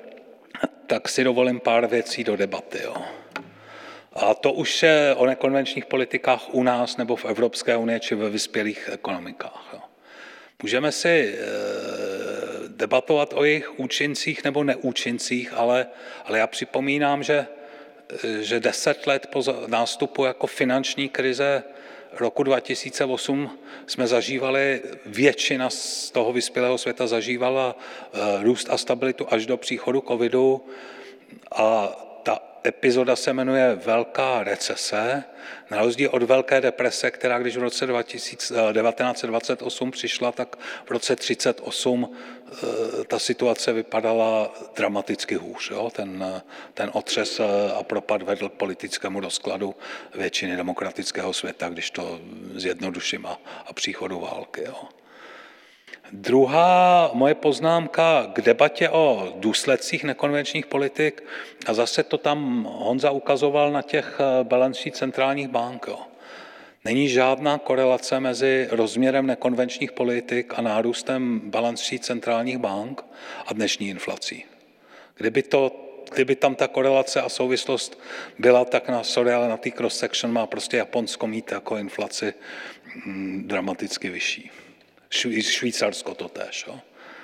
tak si dovolím pár věcí do debaty. Jo. A to už je o nekonvenčních politikách u nás nebo v Evropské unii či ve vyspělých ekonomikách. Jo. Můžeme si debatovat o jejich účincích nebo neúčincích, ale, ale já připomínám, že, že deset let po nástupu jako finanční krize roku dva tisíce osm jsme zažívali, většina z toho vyspělého světa zažívala růst a stabilitu až do příchodu covidu a ta epizoda se jmenuje Velká recese, na rozdíl od Velké deprese, která když v roce devatenáct set dvacet osm přišla, tak v roce třicet osm ta situace vypadala dramaticky hůř. Jo? Ten, ten otřes a propad vedl k politickému rozkladu většiny demokratického světa, když to zjednoduším, a, a příchodu války. Jo? Druhá moje poznámka k debatě o důsledcích nekonvenčních politik, a zase to tam Honza ukazoval na těch balance sheet centrálních bank. Jo. Není žádná korelace mezi rozměrem nekonvenčních politik a nárůstem balance sheet centrálních bank a dnešní inflací. Kdyby, to, kdyby tam ta korelace a souvislost byla, tak na, sorry, ale na té cross-section má prostě Japonsko mít jako inflaci hm, dramaticky vyšší. Švýcarsko to též. Jo.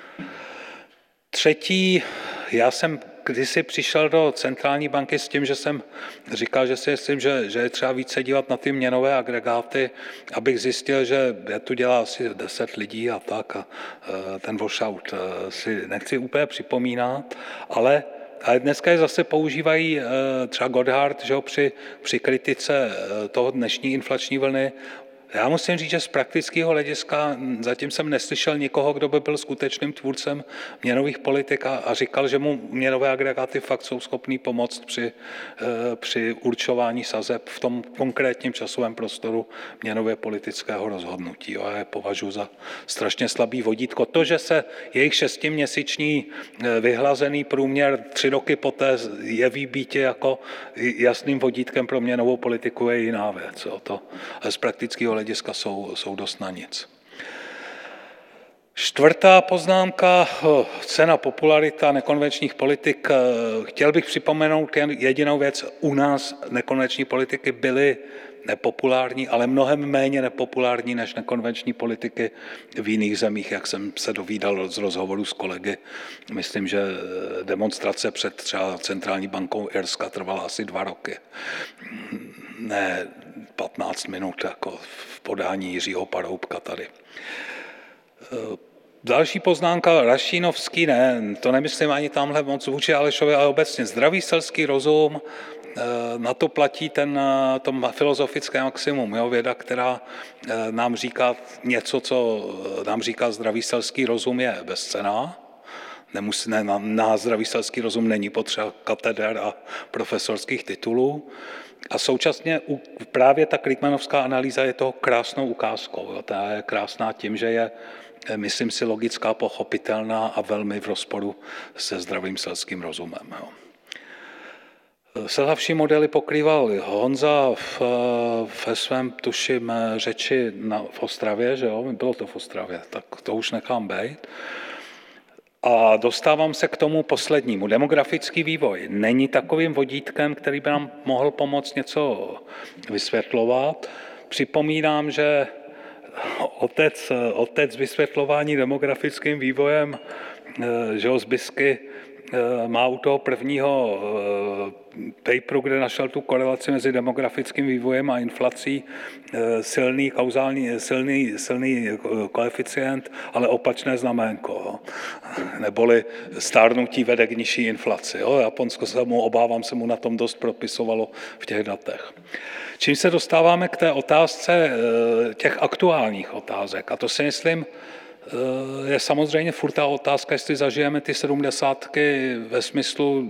Třetí, já jsem kdysi přišel do centrální banky s tím, že jsem říkal, že si myslím, že, že je třeba více dívat na ty měnové agregáty, abych zjistil, že je tu dělá asi deset lidí a tak a ten washout si nechci úplně připomínat, ale ale dneska je zase používají třeba Goddard, že ho při, při kritice toho dnešní inflační vlny. Já musím říct, že z praktického hlediska zatím jsem neslyšel nikoho, kdo by byl skutečným tvůrcem měnových politik a, a říkal, že mu měnové agregáty fakt jsou schopný pomoct při, při určování sazeb v tom konkrétním časovém prostoru měnově politického rozhodnutí. Jo. Já je považuji za strašně slabý vodítko. To, že se jejich šestiměsíční vyhlazený průměr tři roky poté jeví býtě jako jasným vodítkem pro měnovou politiku, je jiná věc. Jo. To z praktického hlediska jsou, jsou dost na nic. Čtvrtá poznámka, cena popularita nekonvenčních politik. Chtěl bych připomenout jen jedinou věc. U nás nekonvenční politiky byly nepopulární, ale mnohem méně nepopulární než nekonvenční politiky v jiných zemích, jak jsem se dovídal z rozhovoru s kolegy. Myslím, že demonstrace před třeba centrální bankou Irska trvala asi dva roky. Ne patnáct minut jako v podání Jiřího Paroubka tady. Další poznámka, Rašínovský, ne, to nemyslím ani tamhle moc vůči Alešovi, ale obecně zdravý selský rozum, na to platí ten, to filozofické maximum, jo, věda, která nám říká něco, co nám říká zdravý selský rozum, je bezcenná. nemusí, ne, na, na zdravý selský rozum není potřeba kateder a profesorských titulů. A současně právě ta Krugmanovská analýza je toho krásnou ukázkou. Jo. Ta je krásná tím, že je, myslím si, logická, pochopitelná a velmi v rozporu se zdravým selským rozumem. Jo. Selhavší modely pokrýval Honza v, ve svém, tuším, řeči na, v Ostravě, že jo? Bylo to v Ostravě, tak to už nechám být. A dostávám se k tomu poslednímu. Demografický vývoj není takovým vodítkem, který by nám mohl pomoct něco vysvětlovat. Připomínám, že otec, otec vysvětlování demografickým vývojem, že jo, Zbysky, má u toho prvního paperu, kde našel tu korelaci mezi demografickým vývojem a inflací, silný kauzální, silný, silný koeficient, ale opačné znaménko. Neboli stárnutí vede k nižší inflaci. Jo? Japonsko se mu, obávám se mu na tom dost propisovalo v těch datech. Čím se dostáváme k té otázce těch aktuálních otázek, a to si myslím, je samozřejmě furt ta otázka, jestli zažijeme ty sedmdesátky ve smyslu,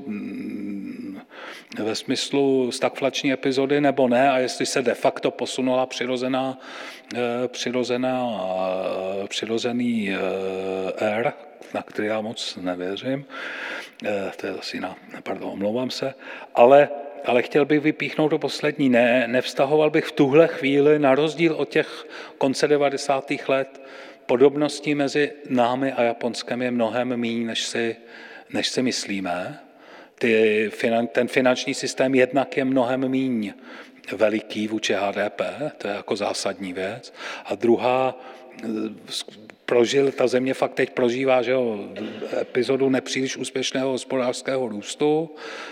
ve smyslu stagflační epizody nebo ne, a jestli se de facto posunula přirozená, přirozená, přirozený R, na který já moc nevěřím, to je asi na, pardon, omlouvám se, ale Ale chtěl bych vypíchnout to poslední. Ne, nevztahoval bych v tuhle chvíli, na rozdíl od těch konce devadesátých let, podobností mezi námi a Japonskem je mnohem méně, než si, než si myslíme. Ty, ten finanční systém jednak je mnohem méně veliký vůči H D P, to je jako zásadní věc. A druhá, prožil, ta země fakt teď prožívá, že jo, epizodu nepříliš úspěšného hospodářského růstu,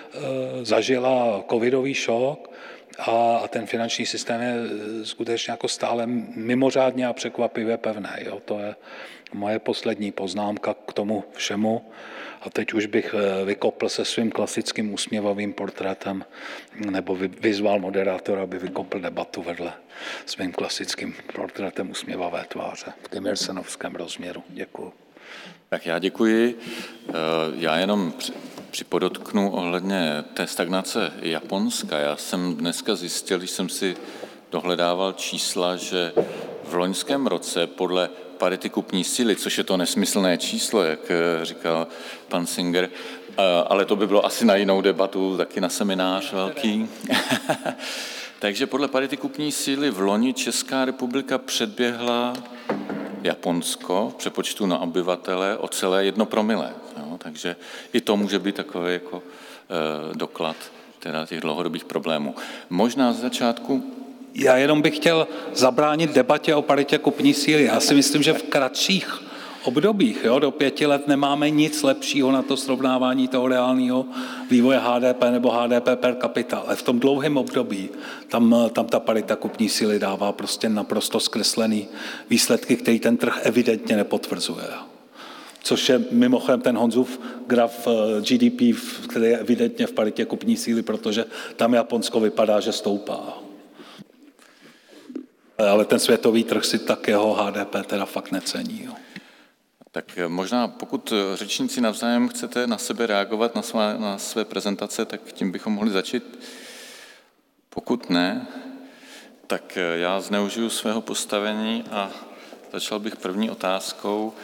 zažila covidový šok a ten finanční systém je skutečně jako stále mimořádně a překvapivě pevný. Jo. To je moje poslední poznámka k tomu všemu. A teď už bych vykopl se svým klasickým úsměvavým portrétem nebo vyzval moderátora, aby vykopl debatu vedle svým klasickým portrétem úsměvavé tváře v Kimersenovském rozměru. Děkuji. Tak já děkuji. Já jenom připodotknu ohledně té stagnace Japonska. Já jsem dneska zjistil, když jsem si dohledával čísla, že v loňském roce podle parity kupní síly, což je to nesmyslné číslo, jak říkal pan Singer, ale to by bylo asi na jinou debatu, taky na seminář velký. Takže podle parity kupní síly v loni Česká republika předběhla Japonsko v přepočtu na obyvatele o celé jedno promile. Jo, takže i to může být takový jako e, doklad teda těch dlouhodobých problémů. Možná z začátku... Já jenom bych chtěl zabránit debatě o paritě kupní síly. Já si myslím, že v kratších obdobích, jo, do pěti let nemáme nic lepšího na to srovnávání toho reálného vývoje H D P nebo H D P per capita. Ale v tom dlouhém období tam, tam ta parita kupní síly dává prostě naprosto zkreslený výsledky, který ten trh evidentně nepotvrzuje. Což je mimochodem ten Honzův graf G D P, který je evidentně v paritě kupní síly, protože tam Japonsko vypadá, že stoupá. Ale ten světový trh si tak jeho H D P teda fakt necení. Jo. Tak možná pokud řečníci navzájem chcete na sebe reagovat na své, na své prezentace, tak tím bychom mohli začít. Pokud ne, tak já zneužiju svého postavení a začal bych první otázkou.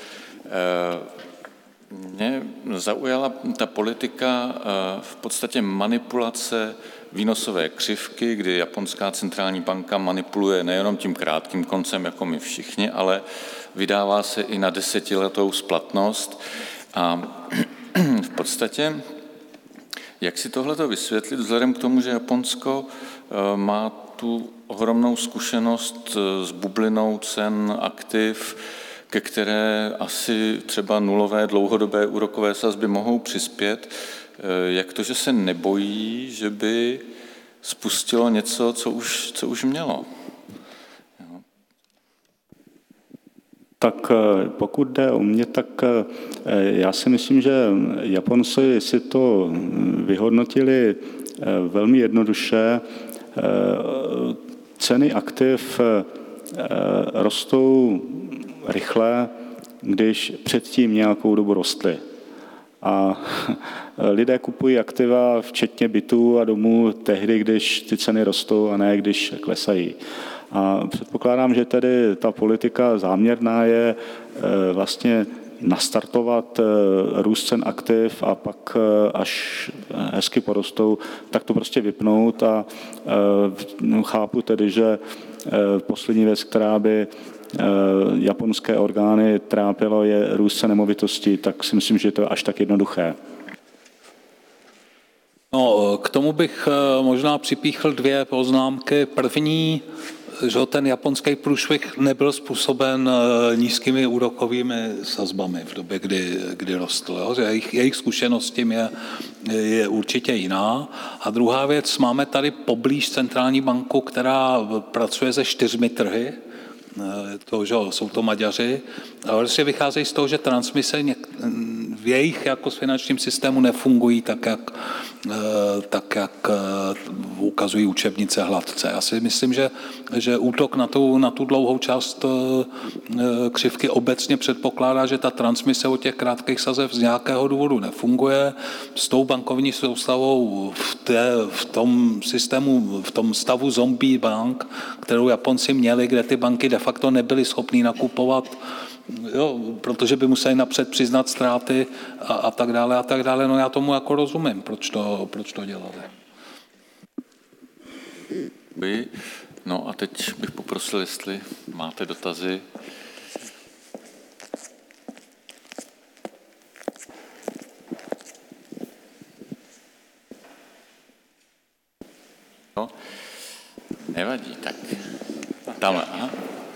Mě zaujala ta politika v podstatě manipulace výnosové křivky, kdy japonská centrální banka manipuluje nejenom tím krátkým koncem, jako my všichni, ale vydává se i na desetiletou splatnost. A v podstatě, jak si tohleto vysvětlit, vzhledem k tomu, že Japonsko má tu ohromnou zkušenost s bublinou cen aktiv, ke které asi třeba nulové dlouhodobé úrokové sazby mohou přispět, jak to, že se nebojí, že by spustilo něco, co už, co už mělo? Tak pokud jde o mě, tak já si myslím, že Japonci si to vyhodnotili velmi jednoduše. Ceny aktiv rostou rychle, když předtím nějakou dobu rostly. A lidé kupují aktiva, včetně bytů a domů, tehdy, když ty ceny rostou a ne když klesají. A předpokládám, že tedy ta politika záměrná je vlastně nastartovat růst cen aktiv a pak, až hezky porostou, tak to prostě vypnout. A chápu tedy, že poslední věc, která by japonské orgány trápilo, je růst cen nemovitostí, tak si myslím, že to je až tak jednoduché. No, k tomu bych možná připíchl dvě poznámky. První, že ten japonský průšvih nebyl způsoben nízkými úrokovými sazbami v době, kdy, kdy rostl. Jo? Že jejich, jejich zkušenost s tím je, je určitě jiná. A druhá věc, máme tady poblíž centrální banku, která pracuje se čtyřmi trhy. To, že jsou to Maďaři, ale vlastně vycházejí z toho, že transmise v jejich jako s finančním systému nefungují tak, jak, tak, jak ukazují učebnice hladce. Já si myslím, že, že útok na tu, na tu dlouhou část křivky obecně předpokládá, že ta transmise od těch krátkých sazeb z nějakého důvodu nefunguje. S tou bankovní soustavou v, té, v tom systému, v tom stavu zombie bank, kterou Japonci měli, kde ty banky de facto nebyly schopný nakupovat, jo, protože by museli napřed přiznat ztráty a, a tak dále a tak dále. No já tomu jako rozumím, proč to, proč to dělali. No a teď bych poprosil, jestli máte dotazy. No, nevadí, tak dáme, aha.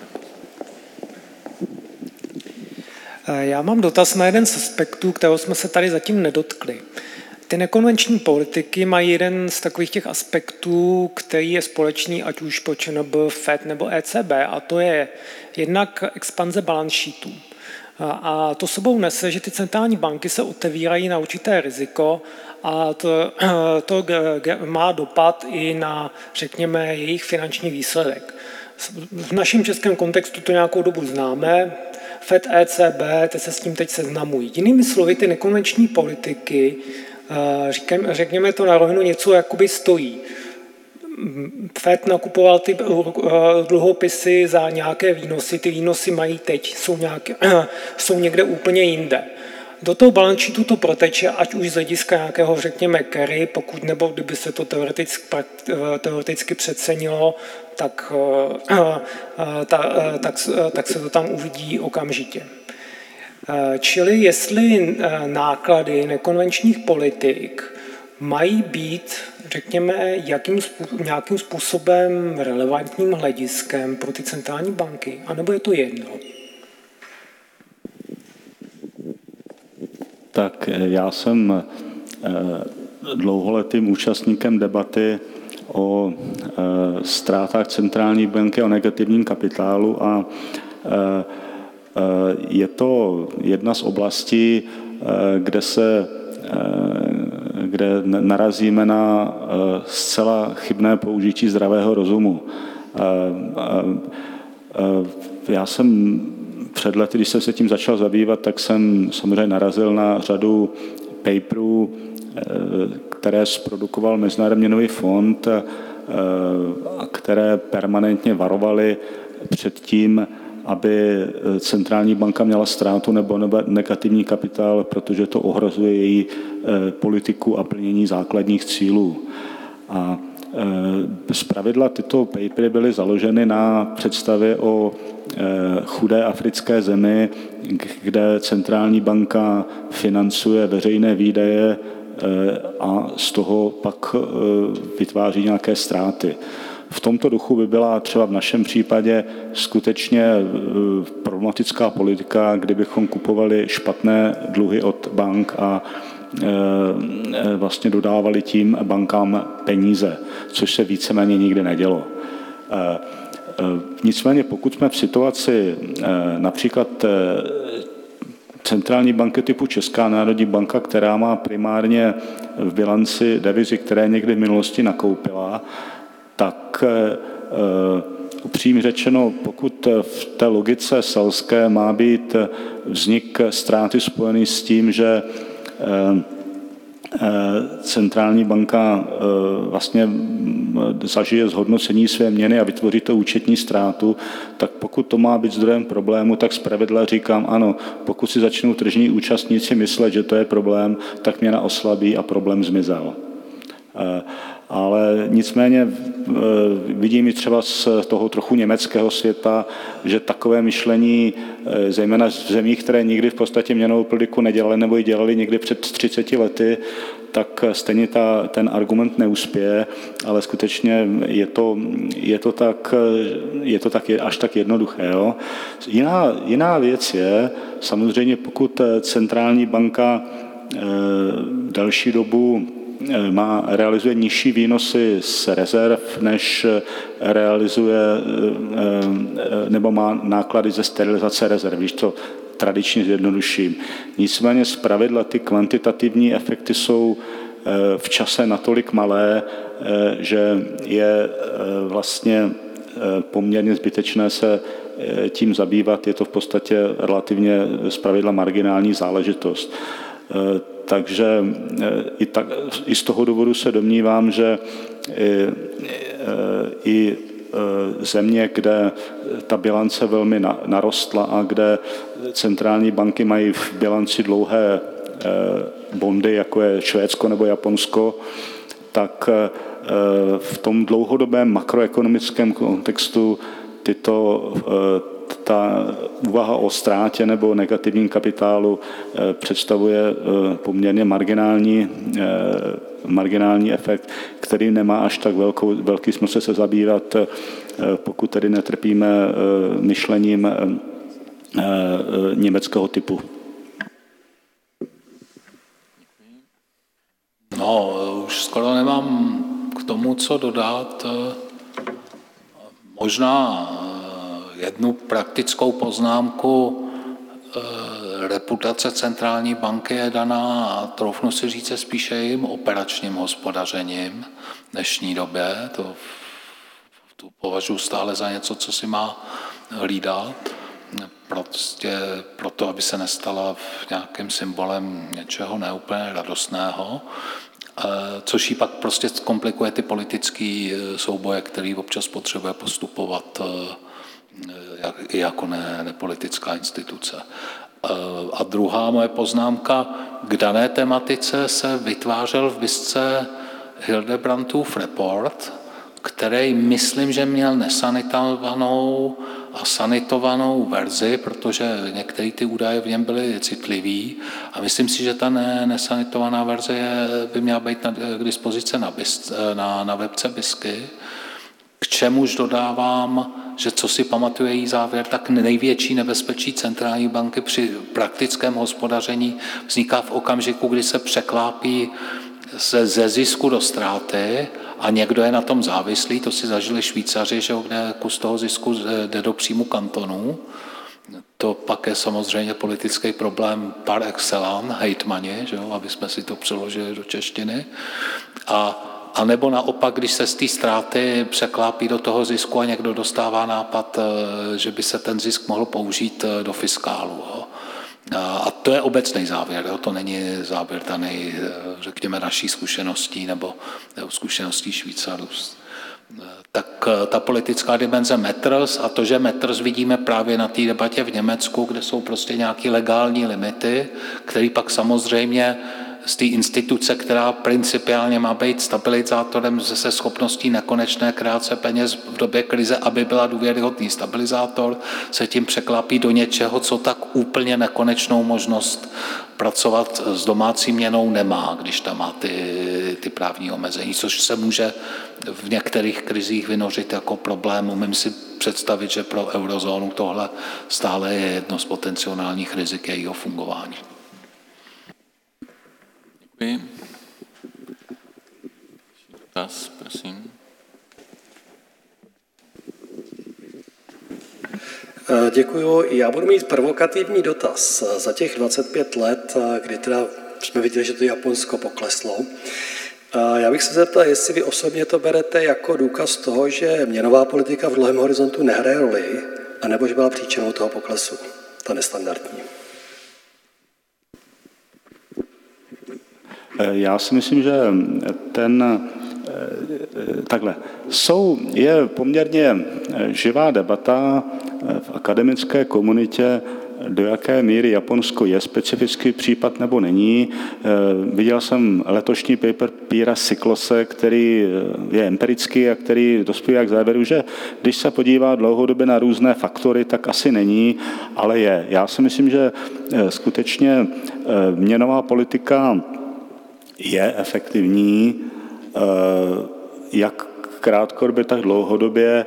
Já mám dotaz na jeden z aspektů, kterého jsme se tady zatím nedotkli. Ty nekonvenční politiky mají jeden z takových těch aspektů, který je společný, ať už pro ČNB, Fed nebo E C B, a to je jednak expanze balance sheetů. A to sebou nese, že ty centrální banky se otevírají na určité riziko a to, to má dopad i na, řekněme, jejich finanční výsledek. V našem českém kontextu to nějakou dobu známe, Fed, E C B, ty se s tím teď seznamují. Jinými slovy, ty nekonvenční politiky, řekněme to na rovinu, něco jakoby stojí. Fed nakupoval ty dluhopisy za nějaké výnosy, ty výnosy mají teď, jsou, nějaké, jsou někde úplně jinde. Do toho balance sheetu to proteče, ať už z hlediska nějakého, řekněme, carry, pokud nebo kdyby se to teoreticky, teoreticky přecenilo, tak, tak, tak, tak se to tam uvidí okamžitě. Čili jestli náklady nekonvenčních politik mají být, řekněme, jakým, nějakým způsobem relevantním hlediskem pro ty centrální banky, anebo je to jedno? Tak já jsem dlouholetým účastníkem debaty o ztrátách centrální banky, o negativním kapitálu a je to jedna z oblastí, kde se kde narazíme na zcela chybné použití zdravého rozumu. Já jsem před lety, když jsem se tím začal zabývat, tak jsem samozřejmě narazil na řadu paperů, které zprodukoval Mezinárodní měnový fond, které permanentně varovaly před tím, aby centrální banka měla ztrátu nebo negativní kapitál, protože to ohrozuje její politiku a plnění základních cílů. A zpravidla tyto papery byly založeny na představě o chudé africké zemi, kde centrální banka financuje veřejné výdaje a z toho pak vytváří nějaké ztráty. V tomto duchu by byla třeba v našem případě skutečně problematická politika, kdybychom kupovali špatné dluhy od bank a vlastně dodávali tím bankám peníze, což se víceméně nikdy nedělo. Nicméně pokud jsme v situaci například centrální banky typu Česká národní banka, která má primárně v bilanci devizy, které někdy v minulosti nakoupila, tak upřímně řečeno, pokud v té logice selské má být vznik ztráty spojený s tím, že centrální banka vlastně zažije zhodnocení své měny a vytvoří to účetní ztrátu, tak pokud to má být zdrojem problému, tak zpravidla říkám ano, pokud si začnou tržní účastníci myslet, že to je problém, tak měna oslabí a problém zmizel. Ale nicméně vidím i třeba z toho trochu německého světa, že takové myšlení, zejména v zemích, které nikdy v podstatě měnovou politiku nedělali nebo ji dělali někdy před třiceti lety, tak stejně ta, ten argument neuspěje, ale skutečně je to, je to, tak, je to tak, až tak jednoduché. Jo? Jiná, jiná věc je, samozřejmě pokud centrální banka další dobu má, realizuje nižší výnosy z rezerv, než realizuje nebo má náklady ze sterilizace rezerv, když to tradičně zjednoduším. Nicméně zpravidla ty kvantitativní efekty jsou v čase natolik malé, že je vlastně poměrně zbytečné se tím zabývat. Je to v podstatě relativně zpravidla marginální záležitost. Takže i, tak, i z toho důvodu se domnívám, že i, i země, kde ta bilance velmi narostla a kde centrální banky mají v bilanci dlouhé bondy, jako je Švédsko nebo Japonsko, tak v tom dlouhodobém makroekonomickém kontextu tyto ta úvaha o ztrátě nebo negativním kapitálu představuje poměrně marginální, marginální efekt, který nemá až tak velkou, velký smysl se zabývat, pokud tedy netrpíme myšlením německého typu. No, už skoro nemám k tomu, co dodat. Možná jednu praktickou poznámku. Reputace centrální banky je daná, a troufnu si říct, spíše jim operačním hospodařením v dnešní době. To, to považuji stále za něco, co si má hlídat. Prostě proto, aby se nestala nějakým symbolem něčeho neúplně radostného, což jí pak prostě komplikuje ty politické souboje, který občas potřebuje postupovat i jako ne, nepolitická instituce. A druhá moje poznámka, k dané tematice se vytvářel v bisce Hildebrandtův report, který myslím, že měl nesanitovanou a sanitovanou verzi, protože některé ty údaje v něm byly citlivý a myslím si, že ta ne, nesanitovaná verze je, by měla být na, k dispozici na, na, na webce bisky, k čemuž dodávám, že co si pamatuje její závěr, tak největší nebezpečí centrální banky při praktickém hospodaření vzniká v okamžiku, kdy se překlápí ze, ze zisku do ztráty a někdo je na tom závislý, to si zažili Švýcaři, že kde kus toho zisku jde do příjmu kantonů. To pak je samozřejmě politický problém par excellence, hejtmani, že jo, aby jsme si to přeložili do češtiny. A A nebo naopak, když se z té ztráty překlápí do toho zisku a někdo dostává nápad, že by se ten zisk mohl použít do fiskálu. A to je obecný závěr, to není závěr daný, řekněme, naší zkušeností nebo zkušeností Švýcarů. Tak ta politická dimenze matters a to, že matters vidíme právě na té debatě v Německu, kde jsou prostě nějaké legální limity, které pak samozřejmě z té instituce, která principiálně má být stabilizátorem se schopností nekonečné kreace peněz v době krize, aby byla důvěryhodný stabilizátor, se tím překlápí do něčeho, co tak úplně nekonečnou možnost pracovat s domácí měnou nemá, když tam má ty, ty právní omezení, což se může v některých krizích vynořit jako problém. Umím si představit, že pro eurozónu tohle stále je jedno z potenciálních rizik jejího fungování. Děkuji. Dotaz, prosím. Děkuju. Já budu mít provokativní dotaz. Za těch dvacet pět let, kdy teda jsme viděli, že to Japonsko pokleslo, já bych se zeptal, jestli vy osobně to berete jako důkaz toho, že měnová politika v dlouhém horizontu nehraje roli, anebo že byla příčinou toho poklesu, ta nestandardní. Já si myslím, že ten takhle. Jsou, je poměrně živá debata v akademické komunitě, do jaké míry Japonsko je specifický případ nebo není. Viděl jsem letošní paper Píra Siklose, který je empirický a který dospívá k závěru, že když se podívá dlouhodobě na různé faktory, tak asi není, ale je. Já si myslím, že skutečně měnová politika je efektivní, jak krátkodobě, tak dlouhodobě,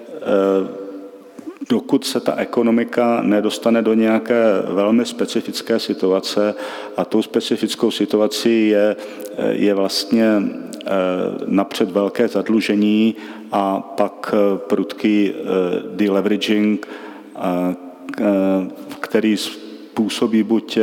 dokud se ta ekonomika nedostane do nějaké velmi specifické situace, a tou specifickou situací je, je vlastně napřed velké zadlužení a pak prudký deleveraging, který způsobí buď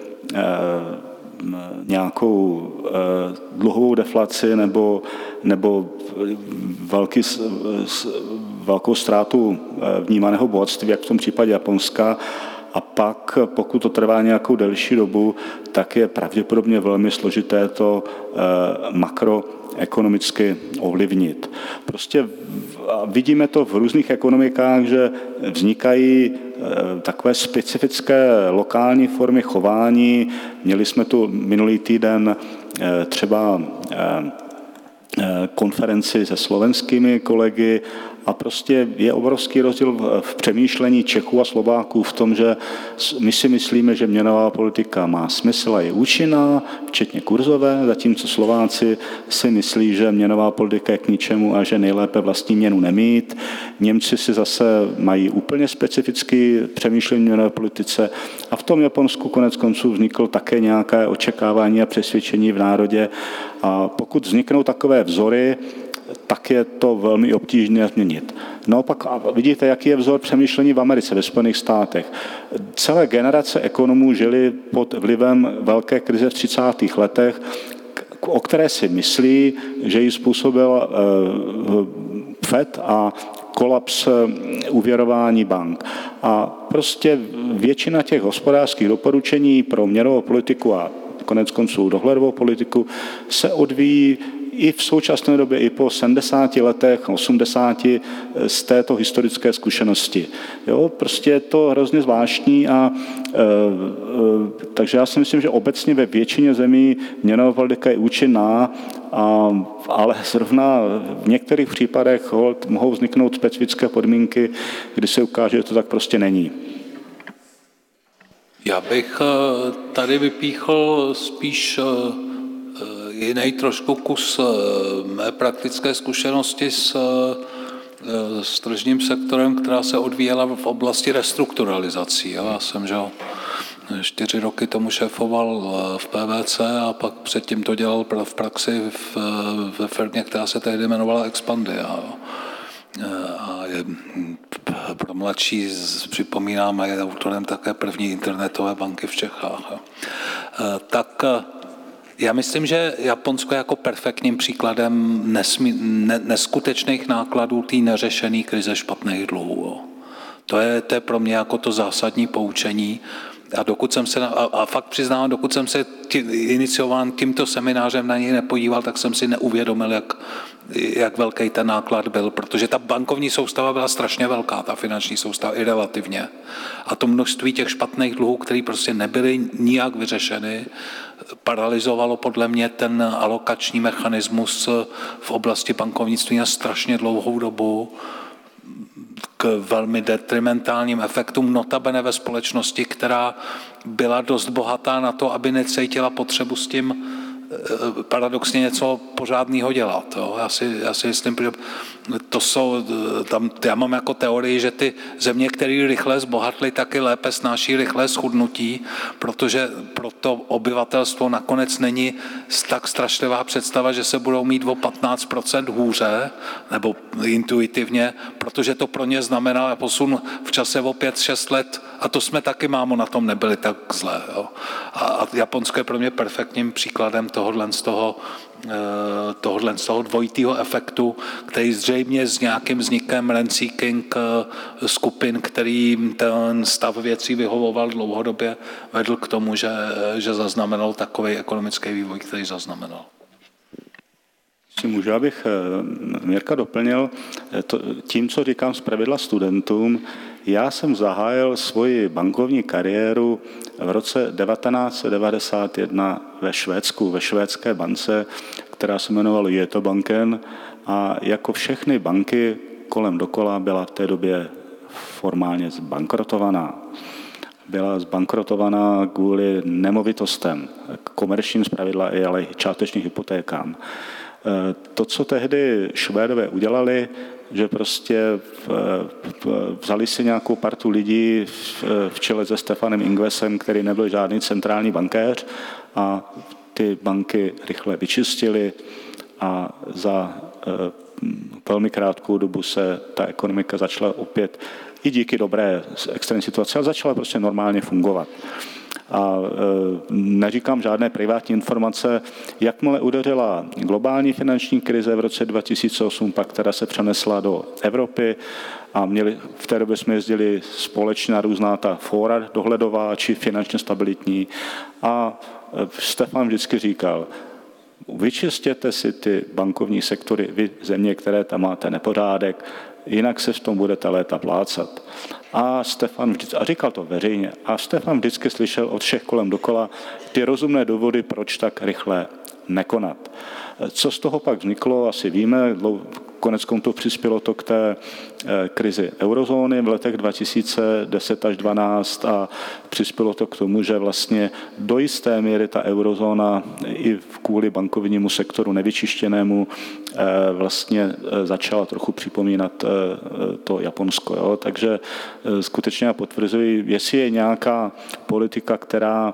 nějakou dluhovou deflaci nebo, nebo velký, velkou ztrátu vnímaného bohatství, jak v tom případě Japonska. A pak, pokud to trvá nějakou delší dobu, tak je pravděpodobně velmi složité to makroekonomicky ovlivnit. Prostě vidíme to v různých ekonomikách, že vznikají takové specifické lokální formy chování. Měli jsme tu minulý týden třeba konferenci se slovenskými kolegy a prostě je obrovský rozdíl v přemýšlení Čechů a Slováků v tom, že my si myslíme, že měnová politika má smysl a je účinná, včetně kurzové, zatímco Slováci si myslí, že měnová politika je k ničemu a že nejlépe vlastní měnu nemít. Němci si zase mají úplně specifický přemýšlení měnové politice a v tom Japonsku konec konců vzniklo také nějaké očekávání a přesvědčení v národě. A pokud vzniknou takové vzory, tak je to velmi obtížné změnit. No pak vidíte, jaký je vzor přemýšlení v Americe, ve Spojených státech. Celé generace ekonomů žili pod vlivem velké krize v třicátých letech, o které si myslí, že ji způsobil Fed a kolaps úvěrování bank. A prostě většina těch hospodářských doporučení pro měnovou politiku a konec konců dohledovou politiku se odvíjí i v současné době, i po sedmdesáti letech, osmdesáti z této historické zkušenosti. Jo, prostě je to hrozně zvláštní a e, e, takže já si myslím, že obecně ve většině zemí měnová politika je účinná, a, ale zrovna v některých případech mohou vzniknout specifické podmínky, kdy se ukáže, že to tak prostě není. Já bych tady vypíchl spíš jiný trošku kus mé praktické zkušenosti s, s tržním sektorem, která se odvíjela v oblasti restrukturalizací. Já jsem že čtyři roky tomu šéfoval v P V C a pak předtím to dělal v praxi v, ve firmě, která se tehdy jmenovala Expandia. A je, pro mladší připomínám, je autorem také první internetové banky v Čechách. Tak já myslím, že Japonsko je jako perfektním příkladem nesmí, ne, neskutečných nákladů té neřešené krize špatných dluhů. To je, to je pro mě jako to zásadní poučení. A dokud jsem se, a, a fakt přiznám, dokud jsem se tí, iniciován tímto seminářem na něj nepodíval, tak jsem si neuvědomil, jak, jak velký ten náklad byl, protože ta bankovní soustava byla strašně velká, ta finanční soustava i relativně. A to množství těch špatných dluhů, které prostě nebyly nijak vyřešeny, paralyzovalo podle mě ten alokační mechanismus v oblasti bankovnictví na strašně dlouhou dobu, k velmi detrimentálním efektům, notabene ve společnosti, která byla dost bohatá na to, aby necítila potřebu s tím paradoxně něco pořádného dělat. Jo. Já, si, já si myslím, že to jsou, tam, já mám jako teorii, že ty země, které rychle zbohatly, taky lépe snáší rychlé schudnutí, protože pro to obyvatelstvo nakonec není tak strašlivá představa, že se budou mít o patnáct procent hůře, nebo intuitivně, protože to pro ně znamená posun v čase o pět šest let a to jsme taky, mámo, na tom nebyli tak zlé. Jo. A, a Japonsko je pro mě perfektním příkladem tohohle z toho, tohohle z toho dvojitého efektu, který zřejmě s nějakým vznikem rent-seeking skupin, kterým ten stav věcí vyhovoval dlouhodobě, vedl k tomu, že, že zaznamenal takový ekonomický vývoj, který zaznamenal. Můžu, abych Mirka doplnil, to, tím, co říkám zpravidla studentům, já jsem zahájil svoji bankovní kariéru v roce devatenáct set devadesát jedna ve Švédsku, ve švédské bance, která se jmenovala Götebanken, a jako všechny banky kolem dokola byla v té době formálně zbankrotovaná. Byla zbankrotovaná kvůli nemovitostem, komerčním zpravidla, ale i částečným hypotékám. To, co tehdy Švédové udělali, že prostě vzali si nějakou partu lidí v čele se Stefanem Ingvesem, který nebyl žádný centrální bankéř, a ty banky rychle vyčistili a za velmi krátkou dobu se ta ekonomika začala opět, i díky dobré extrémní situaci, ale začala prostě normálně fungovat. A neříkám žádné privátní informace, jakmile udeřila globální finanční krize v roce dva tisíce osm, pak která se přenesla do Evropy, a měli, v té době jsme jezdili společně na různá ta fóra dohledová či finančně stabilitní, a Stefan vždycky říkal, vyčistěte si ty bankovní sektory, vy země, které tam máte nepořádek, jinak se v tom budete léta plácat. A Stefan vždycky, a říkal to veřejně, a Stefan vždycky slyšel od všech kolem dokola ty rozumné důvody, proč tak rychle nekonat. Co z toho pak vzniklo, asi víme, koneckonců přispělo to k té krizi eurozóny v letech dva tisíce deset až dvanáct a přispělo to k tomu, že vlastně do jisté míry ta eurozóna i kvůli bankovnímu sektoru nevyčištěnému vlastně začala trochu připomínat to Japonsko. Jo? Takže skutečně já potvrzuji, jestli je nějaká politika, která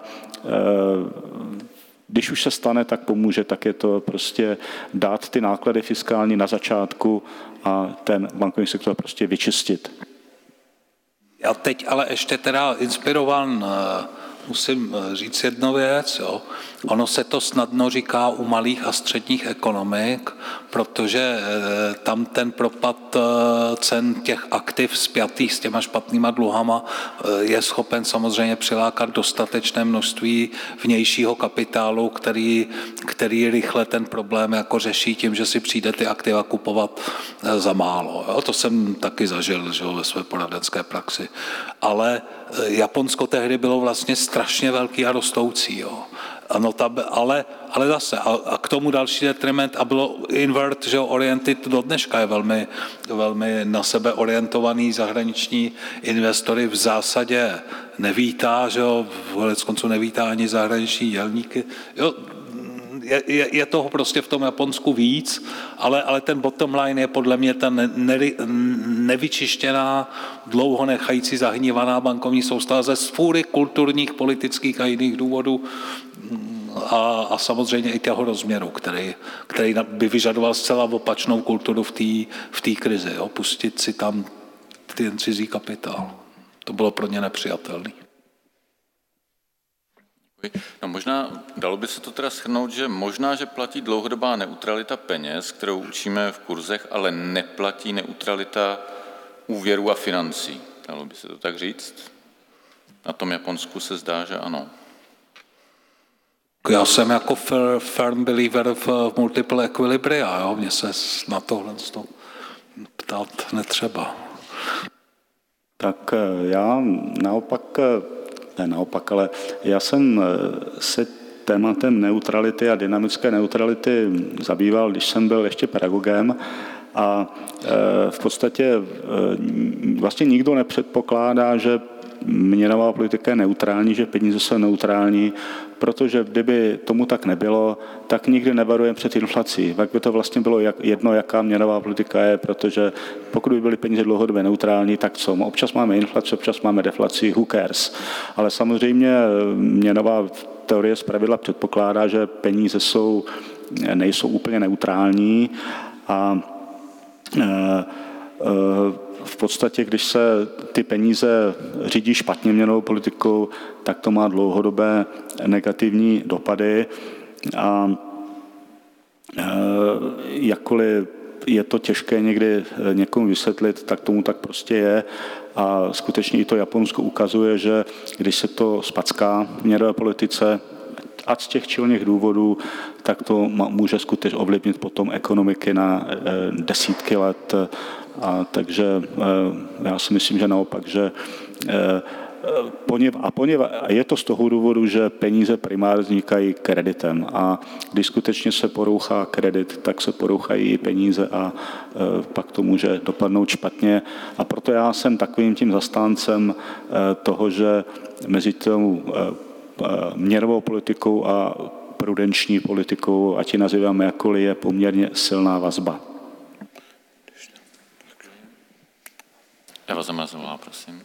když už se stane, tak pomůže, tak je to prostě dát ty náklady fiskální na začátku a ten bankovní sektor prostě vyčistit. Já teď ale ještě teda inspirovan musím říct jednu věc. Jo. Ono se to snadno říká u malých a středních ekonomik, protože tam ten propad cen těch aktiv spjatých s těma špatnýma dluhama je schopen samozřejmě přilákat dostatečné množství vnějšího kapitálu, který, který rychle ten problém jako řeší tím, že si přijde ty aktiva kupovat za málo. Jo. To jsem taky zažil, že, ve své poradenské praxi. Ale Japonsko tehdy bylo vlastně strašně velký a rostoucí. Jo. Ano, ta, ale, ale zase, a, a k tomu další detriment, a bylo invert, že oriented do dneška je velmi, velmi na sebe orientovaný zahraniční investory v zásadě nevítá, že jo, v koncu nevítá ani zahraniční dělníky. Jo, je, je, je toho prostě v tom Japonsku víc, ale, ale ten bottom line je podle mě ta ne, ne, nevyčištěná, dlouho nechající zahnívaná bankovní soustava ze spůry kulturních, politických a jiných důvodů a, a samozřejmě i toho rozměru, který, který by vyžadoval zcela opačnou kulturu v té v té krizi. Jo? Pustit si tam ten cizí kapitál. To bylo pro ně nepřijatelné. No možná, dalo by se to teda shrnout, že možná, že platí dlouhodobá neutralita peněz, kterou učíme v kurzech, ale neplatí neutralita úvěru a financí. Dalo by se to tak říct? Na tom Japonsku se zdá, že ano. Já jsem jako firm believer v multiple equilibria, jo? Mně se na tohle ptát netřeba. Tak já naopak, ne naopak, ale já jsem se tématem neutrality a dynamické neutrality zabýval, když jsem byl ještě pedagogem, a v podstatě vlastně nikdo nepředpokládá, že měnová politika je neutrální, že peníze jsou neutrální, protože kdyby tomu tak nebylo, tak nikdy nevarujeme před inflací. Pak by to vlastně bylo jedno, jaká měnová politika je, protože pokud by byly peníze dlouhodobě neutrální, tak co? Občas máme inflaci, občas máme deflaci, who cares? Ale samozřejmě měnová teorie zpravidla předpokládá, že peníze jsou, nejsou úplně neutrální a e, e, v podstatě, když se ty peníze řídí špatně měnovou politikou, tak to má dlouhodobé negativní dopady. A jakkoliv je to těžké někdy někomu vysvětlit, tak tomu tak prostě je. A skutečně i to Japonsko ukazuje, že když se to spacká v měnové politice, a z těch či oněch důvodů, tak to může skutečně ovlivnit potom ekonomiky na desítky let. A takže já si myslím, že naopak, že a poněva, je to z toho důvodu, že peníze primárně vznikají kreditem a když skutečně se porouchá kredit, tak se porouchají i peníze a pak to může dopadnout špatně. A proto já jsem takovým tím zastáncem toho, že mezi tou měnovou politikou a prudenční politikou, ať ji nazýváme jakkoliv, je poměrně silná vazba. Eva Zamrazová, prosím.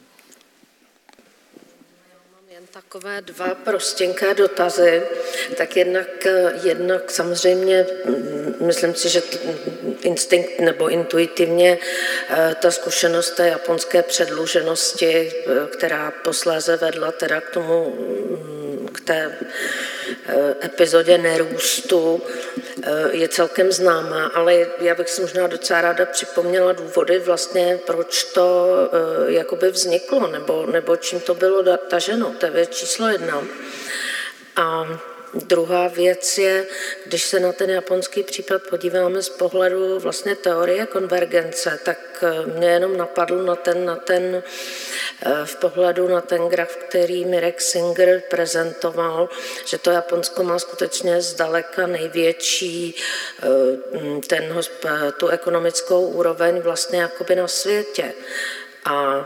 Takové dva prostěnké dotazy, tak jednak, jednak samozřejmě, myslím si, že instinkt nebo intuitivně ta zkušenost té japonské předluženosti, která posléze vedla teda k tomu, k té epizodě nerůstu, je celkem známá, ale já bych si možná docela ráda připomněla důvody vlastně, proč to jakoby vzniklo, nebo, nebo čím to bylo taženo, to je věc číslo jedna. A druhá věc je, když se na ten japonský případ podíváme z pohledu vlastně teorie konvergence, tak mě jenom napadl na ten, na ten v pohledu na ten graf, který Mirek Singer prezentoval, že to Japonsko má skutečně zdaleka největší ten, tu ekonomickou úroveň vlastně jakoby na světě. A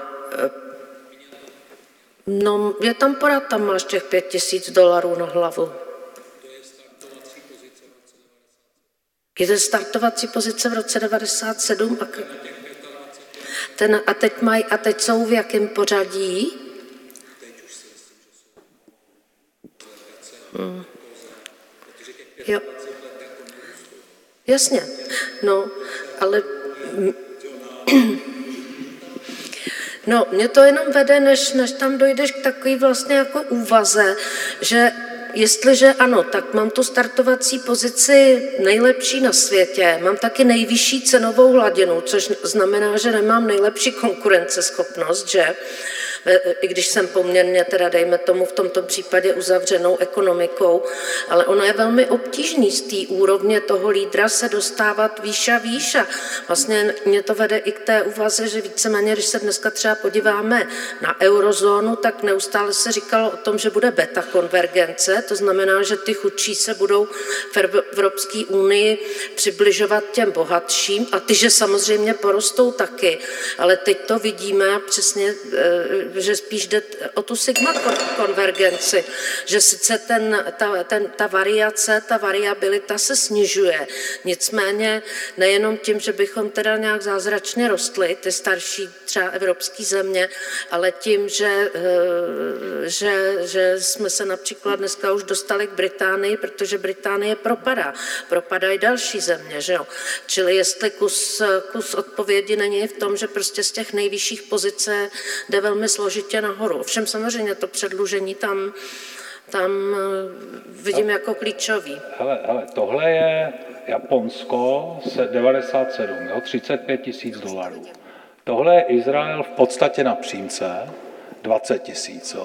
no, je tam pořád, tam máš těch pět tisíc dolarů na hlavu. Je to startovací pozice v roce devadesát sedm a, ten, a, teď, maj, a teď jsou v jakém pořadí? Hmm. Jo. Jasně, no, ale no, mě to jenom vede, než, než tam dojdeš k takový vlastně jako úvaze, že jestliže ano, tak mám tu startovací pozici nejlepší na světě, mám taky nejvyšší cenovou hladinu, což znamená, že nemám nejlepší konkurenceschopnost, že? I když jsem poměrně, teda dejme tomu v tomto případě uzavřenou ekonomikou, ale ono je velmi obtížný z té úrovně toho lídra se dostávat výš a výš. A vlastně mě to vede i k té úvaze, že víceméně, když se dneska třeba podíváme na eurozónu, tak neustále se říkalo o tom, že bude beta konvergence, to znamená, že ty chudší se budou v Evropské unii přibližovat těm bohatším a ty, že samozřejmě porostou taky, ale teď to vidíme přesně, že spíš jde o tu sigma konvergenci, že sice ten, ta, ten, ta variace, ta variabilita se snižuje, nicméně nejenom tím, že bychom teda nějak zázračně rostli, ty starší třeba evropské země, ale tím, že, že, že jsme se například dneska už dostali k Británii, protože Británie propadá, propadají další země, že jo? Čili jestli kus, kus odpovědi není v tom, že prostě z těch nejvyšších pozic jde velmi složitě nahoru. Ovšem samozřejmě to předlužení tam, tam vidím jako klíčový. Hele, hele, tohle je Japonsko se devadesát sedm, jo, třicet pět tisíc dolarů. Tohle je Izrael v podstatě na přímce, dvacet tisíc.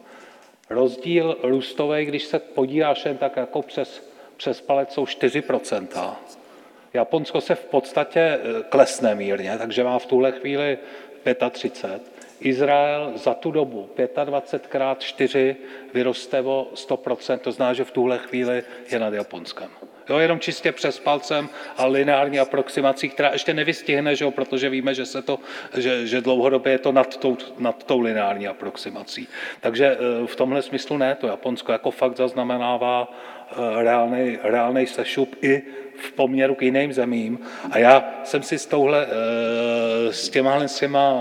Rozdíl růstový, když se podíváš jen tak jako přes, přes palec, jsou čtyři procenta. Japonsko se v podstatě klesne mírně, takže má v tuhle chvíli třicet pět. Izrael za tu dobu dvacet pět krát čtyři vyroste o sto procent, to znamená, že v tuhle chvíli je nad Japonskem. Jo, jenom čistě přes palcem a lineární aproximací, která ještě nevystihne, že jo, protože víme, že, se to, že, že dlouhodobě je to nad tou, nad tou lineární aproximací. Takže v tomhle smyslu ne, to Japonsko jako fakt zaznamenává reálný, reálný sešup i v poměru k jiným zemím. A já jsem si s touhle, s těma, s těma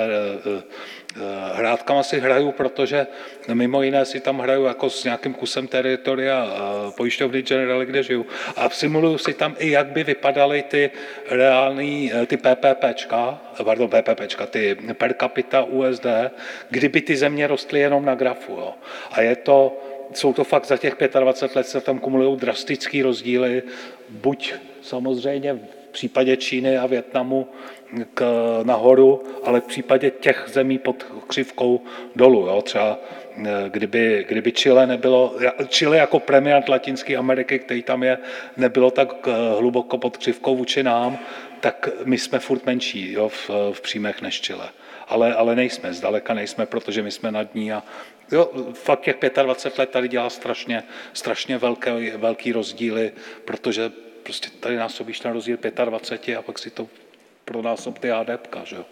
hrádkama si hraju, protože mimo jiné si tam hraju jako s nějakým kusem teritoria pojišťovny Generali, kde žiju. A simuluju si tam i, jak by vypadaly ty reální, ty PPPčka, pardon, PPPčka, ty per capita U S D, kdyby ty země rostly jenom na grafu. Jo. A je to jsou to fakt za těch dvacet pět let se tam kumulují drastické rozdíly, buď samozřejmě v případě Číny a Vietnamu k, nahoru, ale v případě těch zemí pod křivkou dolů. Jo? Třeba kdyby, kdyby Chile nebylo, Chile jako premiant Latinské Ameriky, který tam je, nebylo tak hluboko pod křivkou vůči nám, tak my jsme furt menší, jo, v, v příjmech než Chile. Ale, ale nejsme, zdaleka nejsme, protože my jsme nad ní a jo, fakt těch dvacet pět let tady dělá strašně, strašně velké, velký rozdíly, protože prostě tady násobíš ten rozdíl dvacet pět a pak si to pronásob ty H D P, že jo.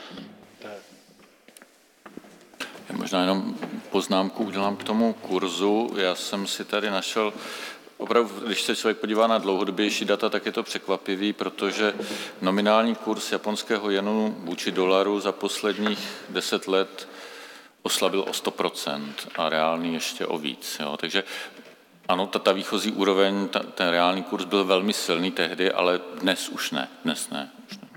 Já možná jenom poznámku udělám k tomu kurzu. Já jsem si tady našel, opravdu, když se člověk podívá na dlouhodobější data, tak je to překvapivý, protože nominální kurz japonského jenu vůči dolaru za posledních deset let oslabil o sto procent a reálný ještě o víc. Jo. Takže ano, ta, ta výchozí úroveň, ta, ten reálný kurz byl velmi silný tehdy, ale dnes už ne. Dnes ne. Už ne.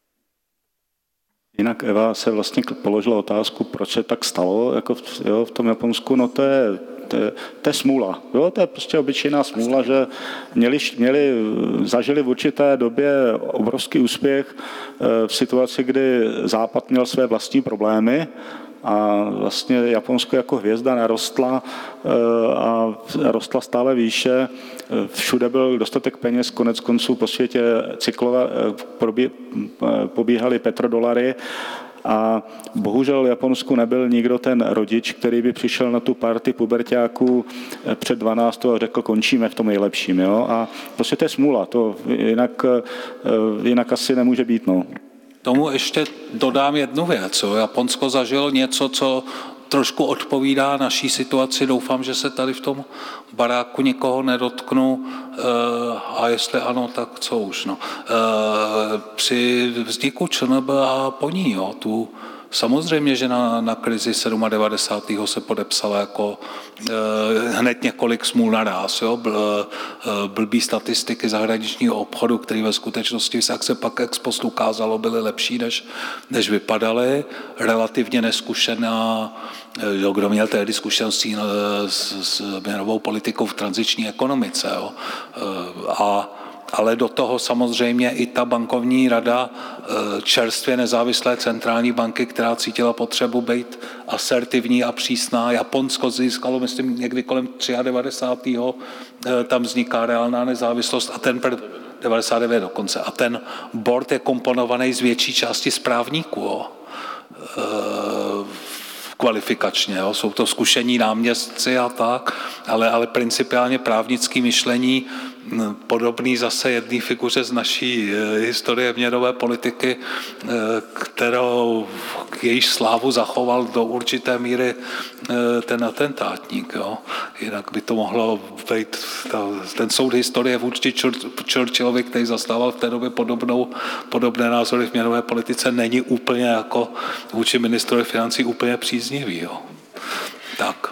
Jinak Eva se vlastně položila otázku, proč se tak stalo jako v, jo, v tom Japonsku. No to je, to je, to je smůla. Jo, to je prostě obyčejná smůla, že měli, měli, zažili v určité době obrovský úspěch v situaci, kdy Západ měl své vlastní problémy a vlastně Japonsko jako hvězda narostla a rostla stále výše. Všude byl dostatek peněz, konec konců po světě cyklové, pobíhaly petrodolary a bohužel v Japonsku nebyl nikdo ten rodič, který by přišel na tu party puberťáků před dvanáctou a řekl, končíme v tom nejlepším. Jo? A prostě to je smůla, to jinak, jinak asi nemůže být. No. Tomu ještě dodám jednu věc. Japonsko zažilo něco, co trošku odpovídá naší situaci. Doufám, že se tady v tom baráku nikoho nedotknu a jestli ano, tak co už. No. Při vzniku ČNB a po ní, jo, tu samozřejmě, že na, na krizi devadesátého sedmého se podepsalo jako eh, hned několik smůl naráz. Jo? Bl, eh, blbý statistiky zahraničního obchodu, které ve skutečnosti, jak se pak ex post ukázalo, byly lepší, než, než vypadaly. Relativně neskušená, eh, kdo měl tehdy zkušenosti s, s měnovou politikou v tranziční ekonomice. Jo? Eh, a ale do toho samozřejmě i ta bankovní rada čerstvě nezávislé centrální banky, která cítila potřebu být asertivní a přísná. Japonsko získalo, myslím, někdy kolem devadesátého třetího tam vzniká reálná nezávislost a ten devadesát devět dokonce. A ten board je komponovaný z větší části správníků. Jo. Kvalifikačně, jo. Jsou to zkušení náměstci a tak, ale, ale principiálně právnické myšlení podobný zase jedné figuře z naší historie měnové politiky, kterou k jejíž slávu zachoval do určité míry ten atentátník. Jo. Jinak by to mohlo být ten soud historie vůči Churchillovi, který zastával v té době podobnou, podobné názory v měnové politice, není úplně jako vůči ministrovi financí úplně příznivý. Jo. Tak.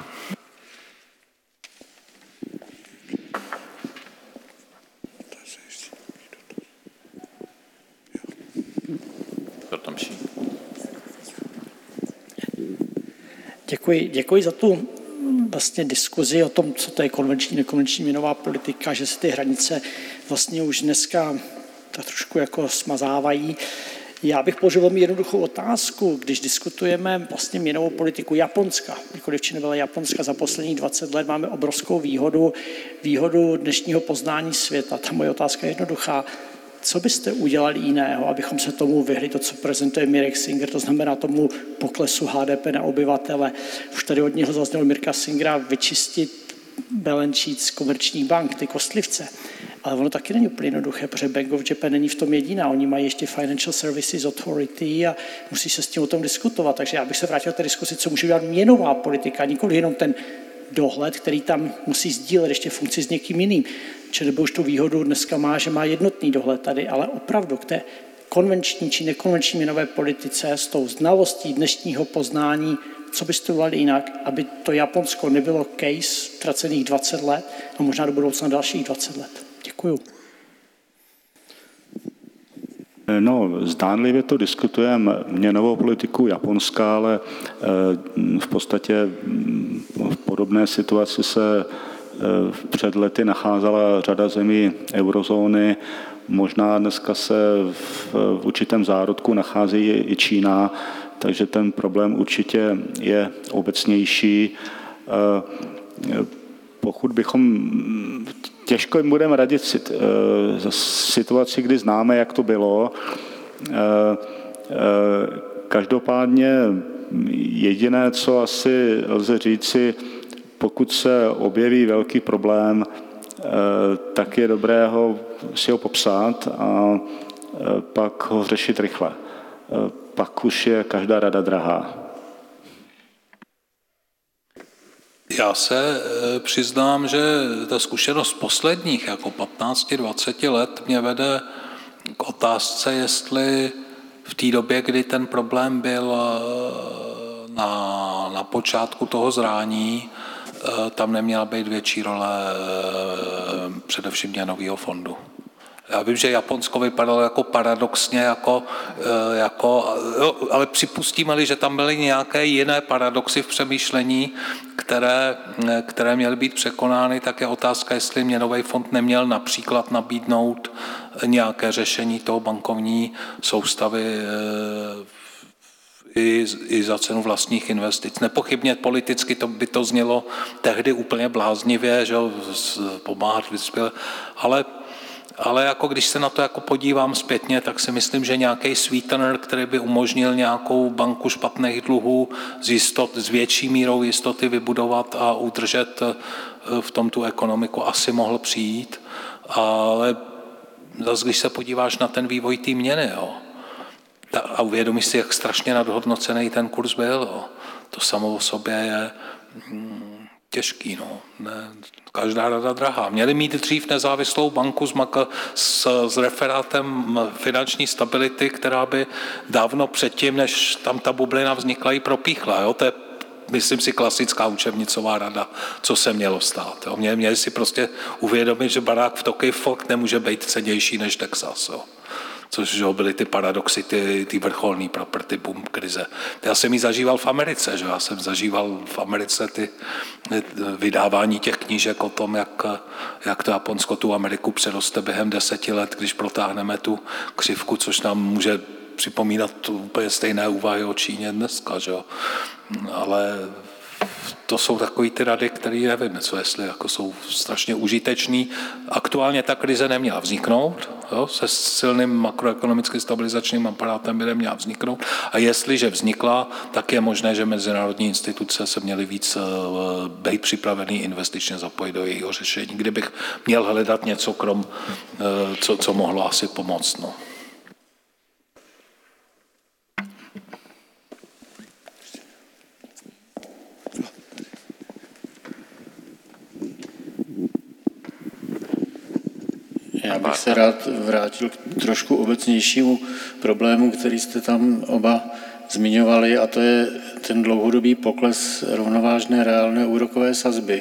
Děkuji, děkuji za tu vlastně diskuzi o tom, co to je konvenční, nekonvenční měnová politika, že se ty hranice vlastně už dneska tak trošku jako smazávají. Já bych položil velmi jednoduchou otázku, když diskutujeme vlastně měnovou politiku Japonska, nikoliv či nebyla Japonska za posledních dvacet let, máme obrovskou výhodu, výhodu dnešního poznání světa. Ta moje otázka je jednoduchá. Co byste udělali jiného, abychom se tomu vyhli, to, co prezentuje Mirek Singer, to znamená tomu poklesu H D P na obyvatele. Už tady od něho zazněl Mirka Singera vyčistit balance sheet z komerčních bank, ty kostlivce. Ale ono taky není úplně jednoduché, protože Bank of Japan není v tom jediná. Oni mají ještě Financial Services Authority a musí se s tím o tom diskutovat. Takže já bych se vrátil k té diskusi, co může dělat měnová politika, nikoli jenom ten dohled, který tam musí sdílet ještě funkci s někým jiným. Čili už tu výhodu dneska má, že má jednotný dohled tady, ale opravdu k té konvenční či nekonvenční měnové politice s tou znalostí dnešního poznání, co byste udělali jinak, aby to Japonsko nebylo case ztracených dvacet let a možná do budoucna dalších dvacet let. Děkuju. No, zdánlivě to diskutujeme měnovou politiku Japonska, ale v podstatě podobné situaci se před lety nacházela řada zemí eurozóny. Možná dneska se v určitém zárodku nachází i Čína, takže ten problém určitě je obecnější. Pokud bychom, těžko jim budeme radit situaci, kdy známe, jak to bylo. Každopádně jediné, co asi lze říci, pokud se objeví velký problém, tak je dobré ho, si ho popsat a pak ho řešit rychle. Pak už je každá rada drahá. Já se přiznám, že ta zkušenost posledních jako patnáct dvacet let mě vede k otázce, jestli v té době, kdy ten problém byl na, na počátku toho zrání, tam neměla být větší role především měnového fondu. Já vím, že Japonsko vypadalo jako paradoxně, jako, jako, ale připustíme-li, že tam byly nějaké jiné paradoxy v přemýšlení, které, které měly být překonány, tak je otázka, jestli měnový fond neměl například nabídnout nějaké řešení toho bankovní soustavy i, i za cenu vlastních investic. Nepochybně politicky to by to znělo tehdy úplně bláznivě, že pomáhat vyspělé, ale Ale jako když se na to jako podívám zpětně, tak si myslím, že nějaký sweetener, který by umožnil nějakou banku špatných dluhů s, jistot, s větší mírou jistoty vybudovat a udržet v tom tu ekonomiku, asi mohl přijít. Ale zase, když se podíváš na ten vývoj té měny, jo, a uvědomíš si, jak strašně nadhodnocený ten kurz byl, jo, to samo o sobě je hmm, těžký. No. Ne, každá rada drahá. Měli mít dřív nezávislou banku s, maka, s, s referátem finanční stability, která by dávno předtím, než tam ta bublina vznikla, i propíchla. Jo? To je, myslím si, klasická učebnicová rada, co se mělo stát. Jo? Měli, měli si prostě uvědomit, že barák v Tokyo fakt nemůže být cenější než Texas. Jo? Což že byly ty paradoxy, ty, ty vrcholný property boom krize. Já jsem ji zažíval v Americe, že já jsem zažíval v Americe ty vydávání těch knížek o tom, jak, jak to Japonsko tu Ameriku přeroste během deseti let, když protáhneme tu křivku, což nám může připomínat úplně stejné úvahy o Číně dneska, že jo. Ale to jsou takové ty rady, které nevím, co jestli jako jsou strašně užitečný. Aktuálně ta krize neměla vzniknout, jo, se silným makroekonomickým stabilizačním aparátem by neměla vzniknout. A jestliže vznikla, tak je možné, že mezinárodní instituce se měly víc být připravený investičně zapojit do jejího řešení. Kdybych měl hledat něco, krom, co, co mohlo asi pomoct. No. Já bych se rád vrátil k trošku obecnějšímu problému, který jste tam oba zmiňovali, a to je ten dlouhodobý pokles rovnovážné reálné úrokové sazby.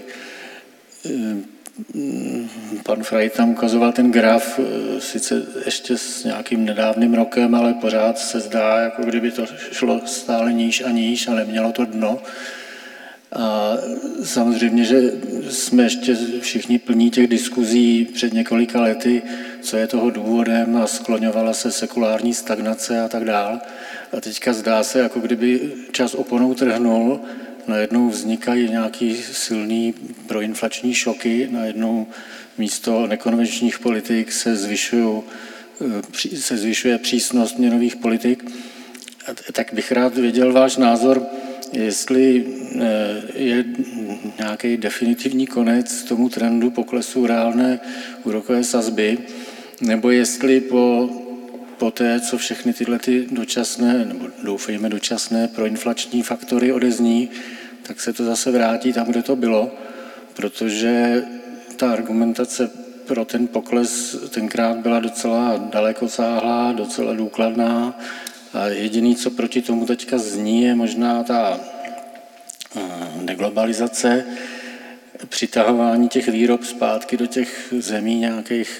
Pan Frey tam ukazoval ten graf, sice ještě s nějakým nedávným rokem, ale pořád se zdá, jako kdyby to šlo stále níž a níž, ale mělo to dno. A samozřejmě, že jsme ještě všichni plní těch diskuzí před několika lety, co je toho důvodem, a skloňovala se sekulární stagnace a tak dál. A teďka zdá se, jako kdyby čas oponou trhnul, najednou vznikají nějaký silný proinflační šoky, najednou místo nekonvenčních politik se, zvyšují, se zvyšuje přísnost měnových politik. Tak bych rád věděl váš názor, jestli je nějaký definitivní konec tomu trendu poklesu reálné úrokové sazby, nebo jestli po, po té, co všechny tyhle ty dočasné, nebo doufejme dočasné proinflační faktory odezní, tak se to zase vrátí tam, kde to bylo, protože ta argumentace pro ten pokles tenkrát byla docela dalekosáhlá, docela důkladná. A jediný, co proti tomu teďka zní, je možná ta deglobalizace, přitahování těch výrob zpátky do těch zemí nějakých,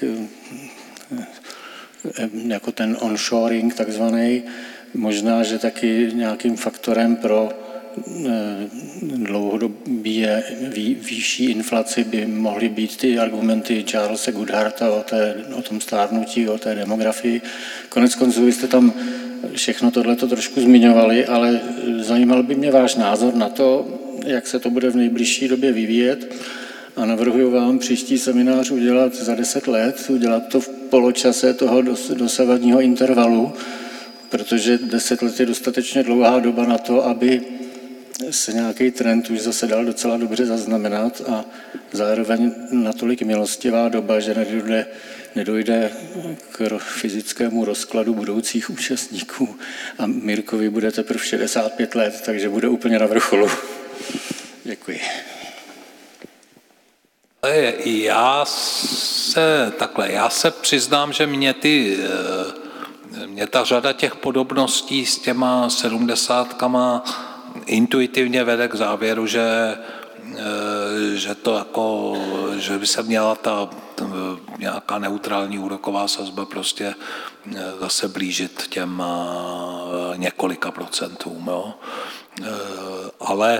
jako ten onshoring takzvaný. Možná, že taky nějakým faktorem pro dlouhodobě výšší inflaci by mohly být ty argumenty Charlesa Goodharta o, té, o tom stárnutí, o té demografii. Konec konců jste tam všechno tohleto trošku zmiňovali, ale zajímal by mě váš názor na to, jak se to bude v nejbližší době vyvíjet. A navrhuji vám příští seminář udělat za deset let, udělat to v poločase toho dosavadního intervalu, protože deset let je dostatečně dlouhá doba na to, aby se nějaký trend už zase dal docela dobře zaznamenat a zároveň natolik milostivá doba, že nedojde, nedojde k fyzickému rozkladu budoucích účastníků a Mirkovi bude teprve šedesát pět let, takže bude úplně na vrcholu. Děkuji. Já se takhle, já se přiznám, že mě ty, mě ta řada těch podobností s těma sedmdesátkama intuitivně vede k závěru, že, že to jako, že by se měla ta nějaká neutrální úroková sazba prostě zase blížit těm několika procentům, jo. Ale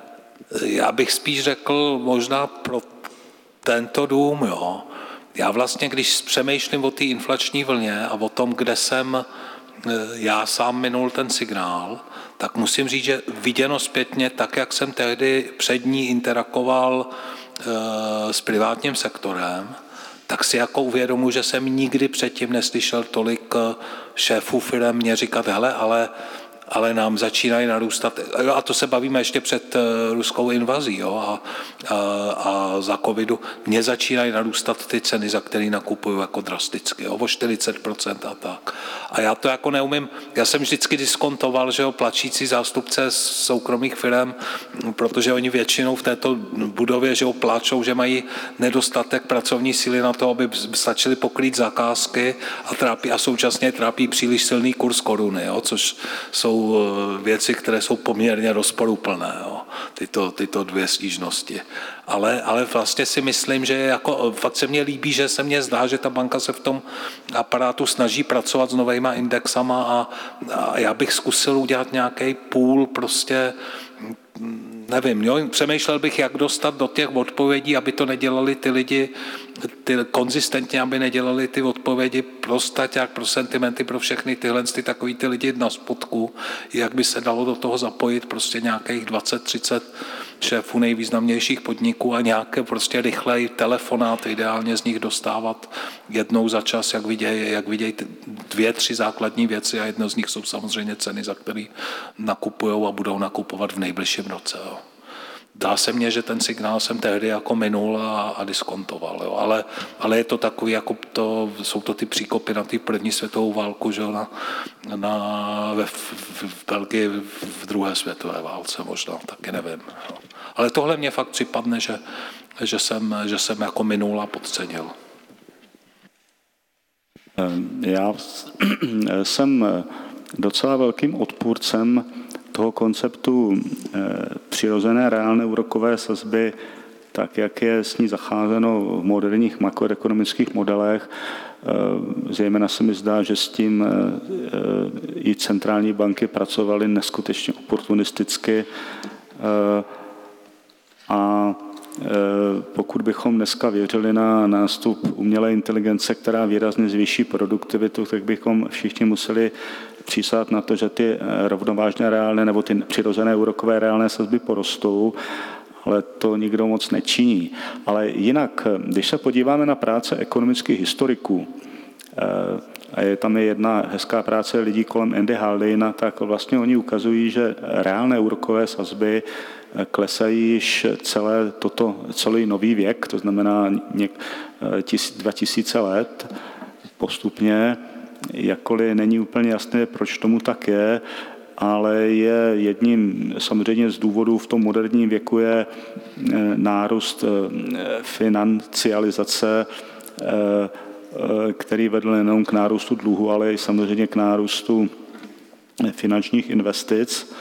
já bych spíš řekl možná pro tento dům, jo. Já vlastně, když přemýšlím o té inflační vlně a o tom, kde jsem já sám minul ten signál, tak musím říct, že viděno zpětně, tak jak jsem tehdy před ní interakoval e, s privátním sektorem, tak si jako uvědomuji, že jsem nikdy předtím neslyšel tolik šéfů firem mě říkat, hele, ale ale nám začínají narůstat, a to se bavíme ještě před ruskou invazí, jo, a, a, a za covidu, mně začínají narůstat ty ceny, za které nakupuju jako drasticky, jo, o čtyřicet procent a tak. A já to jako neumím, já jsem vždycky diskontoval, že jo, plačící zástupce soukromých firm, protože oni většinou v této budově, že jo, pláčou, že mají nedostatek pracovní síly na to, aby stačili pokrýt zakázky a trápí, a současně trápí příliš silný kurz koruny, jo, což jsou věci, které jsou poměrně rozporuplné, jo, tyto, tyto dvě stížnosti. Ale, ale vlastně si myslím, že jako, fakt se mně líbí, že se mně zdá, že ta banka se v tom aparátu snaží pracovat s novejma indexama a, a já bych zkusil udělat nějaký půl prostě, nevím, jo, přemýšlel bych, jak dostat do těch odpovědí, aby to nedělali ty lidi ty, konzistentně, aby nedělali ty odpovědi pro staťák, pro sentimenty, pro všechny tyhle ty takový ty lidi na spodku, jak by se dalo do toho zapojit prostě nějakých dvacet třicet šéfů nejvýznamnějších podniků a nějaké prostě rychlej telefonát, ideálně z nich dostávat jednou za čas, jak vidějí, jak vidějí dvě, tři základní věci a jedno z nich jsou samozřejmě ceny, za které nakupujou a budou nakupovat v nejbližším roce. Jo. Dá se mně, že ten signál jsem tehdy jako minul a, a diskontoval, jo. Ale, ale je to takový, jako to, jsou to ty příkopy na ty první světovou válku, že na, na, ve, v, v Belgii v druhé světové válce možná, taky nevím. Jo. Ale tohle mě fakt připadne, že, že, jsem, že jsem jako minul a podcenil. Já jsem docela velkým odpůrcem toho konceptu přirozené reálné úrokové sazby, tak jak je s ní zacházeno v moderních makroekonomických modelech. Zejména se mi zdá, že s tím i centrální banky pracovaly neskutečně oportunisticky. A pokud bychom dneska věřili na nástup umělé inteligence, která výrazně zvýší produktivitu, tak bychom všichni museli přísát na to, že ty rovnovážné reálné nebo ty přirozené úrokové reálné sazby porostou, ale to nikdo moc nečiní. Ale jinak, když se podíváme na práce ekonomických historiků, a je tam je jedna hezká práce lidí kolem Andy Haldeina, tak vlastně oni ukazují, že reálné úrokové sazby klesají již celé toto, celý nový věk, to znamená něk, tis, dva tisíce let postupně, jakkoliv není úplně jasné, proč tomu tak je, ale je jedním samozřejmě z důvodů v tom moderním věku je nárůst financializace, který vedl nejenom k nárůstu dluhu, ale i samozřejmě k nárůstu finančních investic.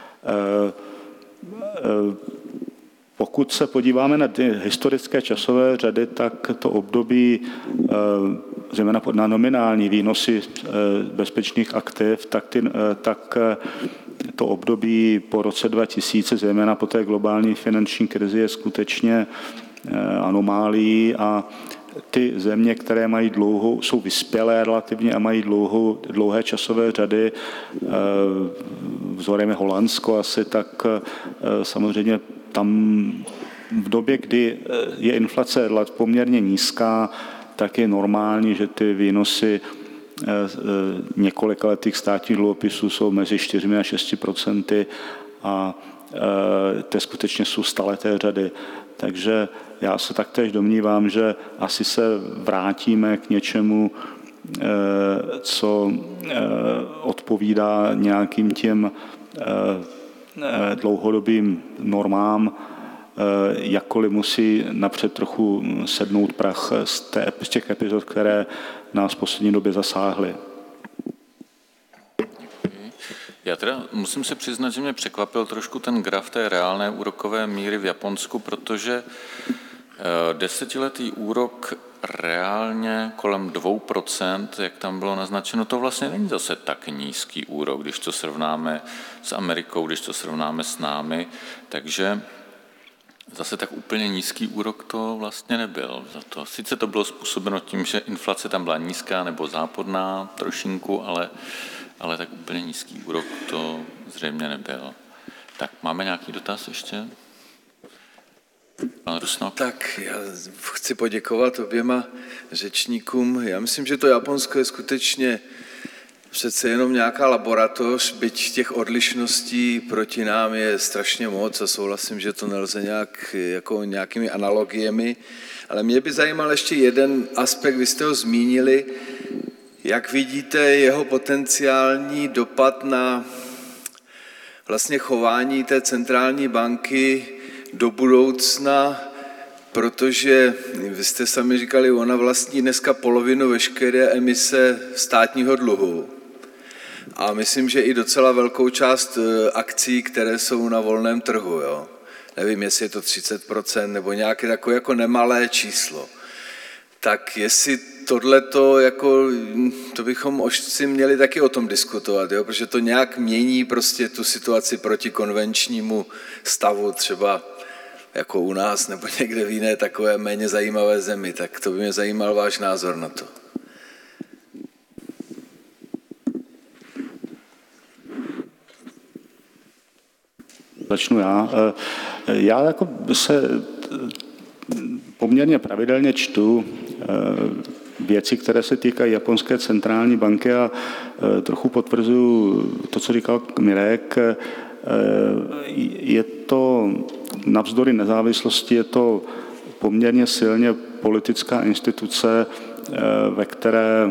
Pokud se podíváme na ty historické časové řady, tak to období zejména na nominální výnosy bezpečných aktiv, tak, ty, tak to období po roce dva tisíce, zejména po té globální finanční krizi, je skutečně anomálií a ty země, které mají dlouhou, jsou vyspělé relativně a mají dlouhou, dlouhé časové řady, vzorem je Holandsko asi, tak samozřejmě tam v době, kdy je inflace poměrně nízká, tak je normální, že ty výnosy několikaletých státních dluhopisů jsou mezi čtyřmi a šesti procenty a to skutečně jsou staleté řady. Takže já se taktéž domnívám, že asi se vrátíme k něčemu, co odpovídá nějakým těm dlouhodobým normám, jakkoliv musí napřed trochu sednout prach z, té, z těch epizod, které nás v poslední době zasáhly. Já teda musím se přiznat, že mě překvapil trošku ten graf té reálné úrokové míry v Japonsku, protože desetiletý úrok reálně kolem dvou procent, jak tam bylo naznačeno, to vlastně není zase tak nízký úrok, když to srovnáme s Amerikou, když to srovnáme s námi, takže zase tak úplně nízký úrok to vlastně nebyl. Za to. Sice to bylo způsobeno tím, že inflace tam byla nízká nebo záporná trošinku, ale, ale tak úplně nízký úrok to zřejmě nebyl. Tak máme nějaký dotaz ještě? Pan Rusnok. Tak já chci poděkovat oběma řečníkům. Já myslím, že to Japonsko je skutečně přece jenom nějaká laboratoř, byť těch odlišností proti nám je strašně moc a souhlasím, že to nelze nějak jako nějakými analogiemi, ale mě by zajímal ještě jeden aspekt, vy jste ho zmínili, jak vidíte jeho potenciální dopad na vlastně chování té centrální banky do budoucna, protože vy jste sami říkali, ona vlastní dneska polovinu veškeré emise státního dluhu. A myslím, že i docela velkou část akcí, které jsou na volném trhu. Jo? Nevím, jestli je to třicet procent nebo nějaké takové jako nemalé číslo. Tak jestli tohleto, jako, to bychom si měli taky o tom diskutovat, jo? Protože to nějak mění prostě tu situaci proti konvenčnímu stavu, třeba jako u nás nebo někde v jiné takové méně zajímavé zemi. Tak to by mě zajímal váš názor na to. Začnu já. Já jako se poměrně pravidelně čtu věci, které se týkají japonské centrální banky a trochu potvrzuju to, co říkal Mirek. Je to navzdory nezávislosti, je to poměrně silně politická instituce, ve které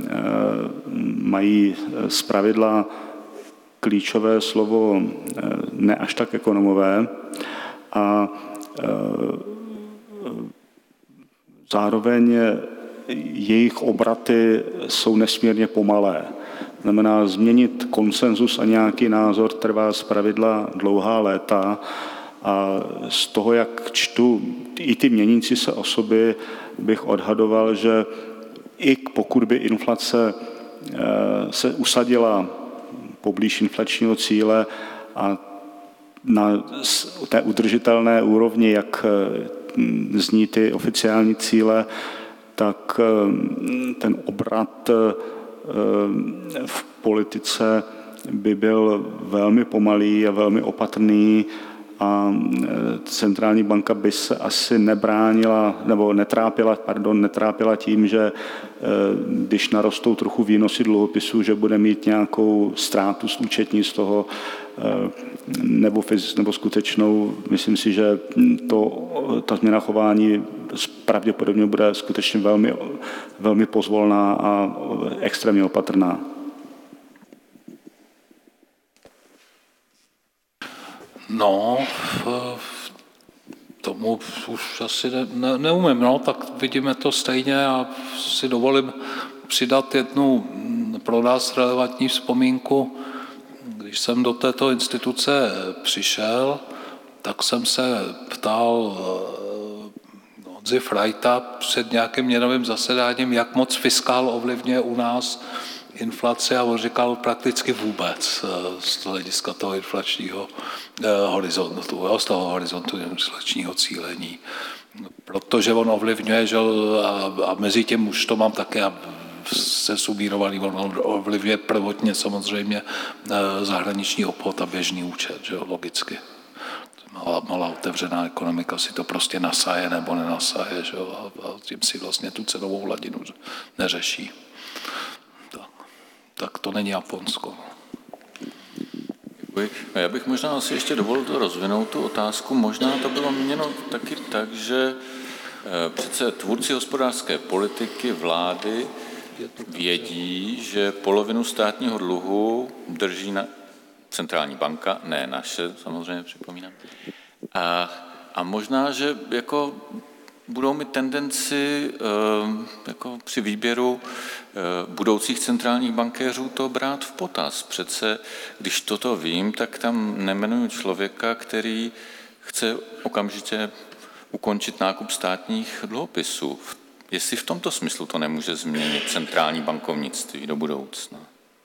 mají zpravidla klíčové slovo ne až tak ekonomové a zároveň jejich obraty jsou nesmírně pomalé. Znamená, změnit konsenzus a nějaký názor trvá zpravidla dlouhá léta a z toho, jak čtu i ty měnící se osoby, bych odhadoval, že i pokud by inflace se usadila poblíž inflačního cíle a na té udržitelné úrovni, jak zní ty oficiální cíle, tak ten obrat v politice by byl velmi pomalý a velmi opatrný a centrální banka by se asi nebránila, nebo netrápila, pardon, netrápila tím, že když narostou trochu výnosy dluhopisů, že bude mít nějakou ztrátu z účetní z toho, nebo, fyz, nebo skutečnou. Myslím si, že to, ta změna chování pravděpodobně bude skutečně velmi, velmi pozvolná a extrémně opatrná. No, tomu už asi ne, ne, neumím, no, tak vidíme to stejně a si dovolím přidat jednu pro nás relevantní vzpomínku. Když jsem do této instituce přišel, tak jsem se ptal no, Honzy Frajta před nějakým měnovým zasedáním, jak moc fiskál ovlivňuje u nás inflaci, a on říkal prakticky vůbec z hlediska toho inflačního horizontu, z toho horizontu inflačního cílení. Protože on ovlivňuje, že a, a mezi tím už to mám také se subírovaný, on ovlivňuje prvotně samozřejmě zahraniční obchod a běžný účet, že logicky. Malá, malá otevřená ekonomika si to prostě nasaje nebo nenasaje, že a, a tím si vlastně tu cenovou hladinu neřeší. Tak, tak to není Japonsko. Děkuji. Já bych možná asi ještě dovolil to rozvinout, tu otázku. Možná to bylo měněno taky tak, že přece tvůrci hospodářské politiky, vlády vědí, že polovinu státního dluhu drží na centrální banka, ne naše, samozřejmě připomínám. A, a možná, že jako budou mít tendenci jako při výběru budoucích centrálních bankéřů to brát v potaz. Přece, když toto vím, tak tam nemenuju člověka, který chce okamžitě ukončit nákup státních dluhopisů. Jestli v tomto smyslu to nemůže změnit centrální bankovnictví do budoucna.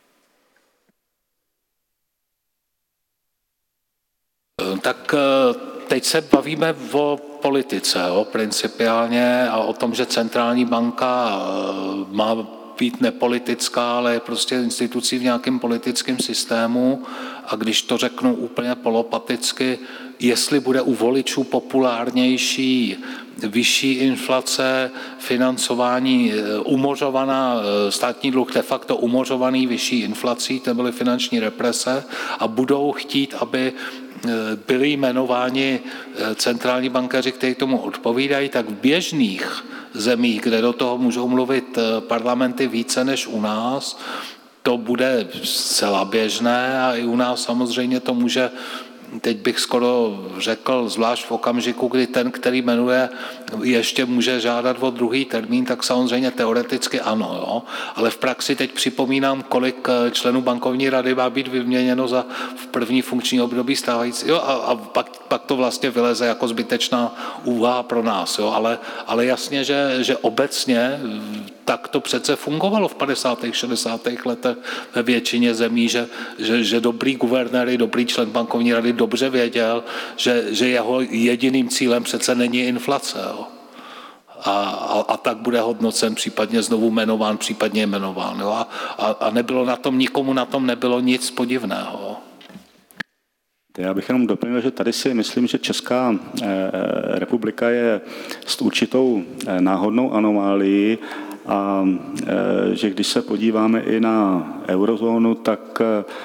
Tak teď se bavíme o politice, jo, principiálně, a o tom, že centrální banka má být nepolitická, ale je prostě institucí v nějakém politickém systému. A když to řeknu úplně polopaticky, jestli bude u voličů populárnější vyšší inflace, financování umořovaná, státní dluh de facto umořovaný vyšší inflací, to byly finanční represe, a budou chtít, aby byli jmenováni centrální bankéři, kteří tomu odpovídají, tak v běžných zemích, kde do toho můžou mluvit parlamenty více než u nás, to bude zcela běžné, a i u nás samozřejmě to může, teď bych skoro řekl, zvlášť v okamžiku, kdy ten, který jmenuje, ještě může žádat o druhý termín, tak samozřejmě teoreticky ano, jo? Ale v praxi teď připomínám, kolik členů bankovní rady má být vyměněno za v první funkční období stávající, jo? A, a pak, pak to vlastně vyleze jako zbytečná úvaha pro nás, jo? Ale, ale jasně, že, že obecně tak to přece fungovalo v padesátých, šedesátých letech ve většině zemí, že, že, že dobrý guvernér, dobrý člen bankovní rady dobře věděl, že, že jeho jediným cílem přece není inflace. Jo. A, a, a tak bude hodnocen, případně znovu jmenován, případně jmenován. Jo. A, a, a nebylo na tom, nikomu na tom nebylo nic podivného. Já bych jenom doplnil, že tady si myslím, že Česká republika je s určitou náhodnou anomálií, a že když se podíváme i na eurozónu, tak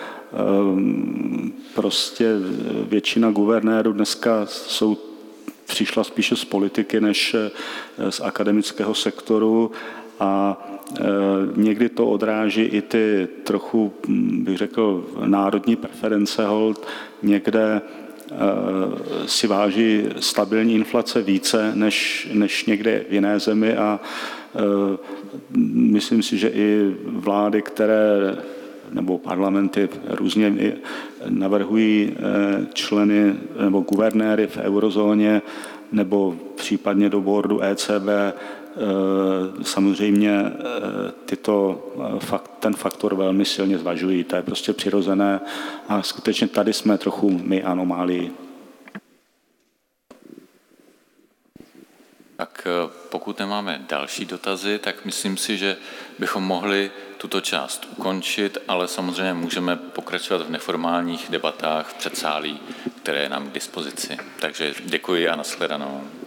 prostě většina guvernérů dneska jsou, přišla spíše z politiky než z akademického sektoru, a někdy to odráží i ty trochu, bych řekl, národní preference hold. Někde si váží stabilní inflace více než, než někde v jiné zemi, a myslím si, že i vlády, které nebo parlamenty různě navrhují členy nebo guvernéry v eurozóně nebo případně do boardu E C B, samozřejmě tyto, ten faktor velmi silně zvažují. To je prostě přirozené, a skutečně tady jsme trochu my anomálii. Tak pokud nemáme další dotazy, tak myslím si, že bychom mohli tuto část ukončit, ale samozřejmě můžeme pokračovat v neformálních debatách v předsálí, které je nám k dispozici. Takže děkuji a nashledanou.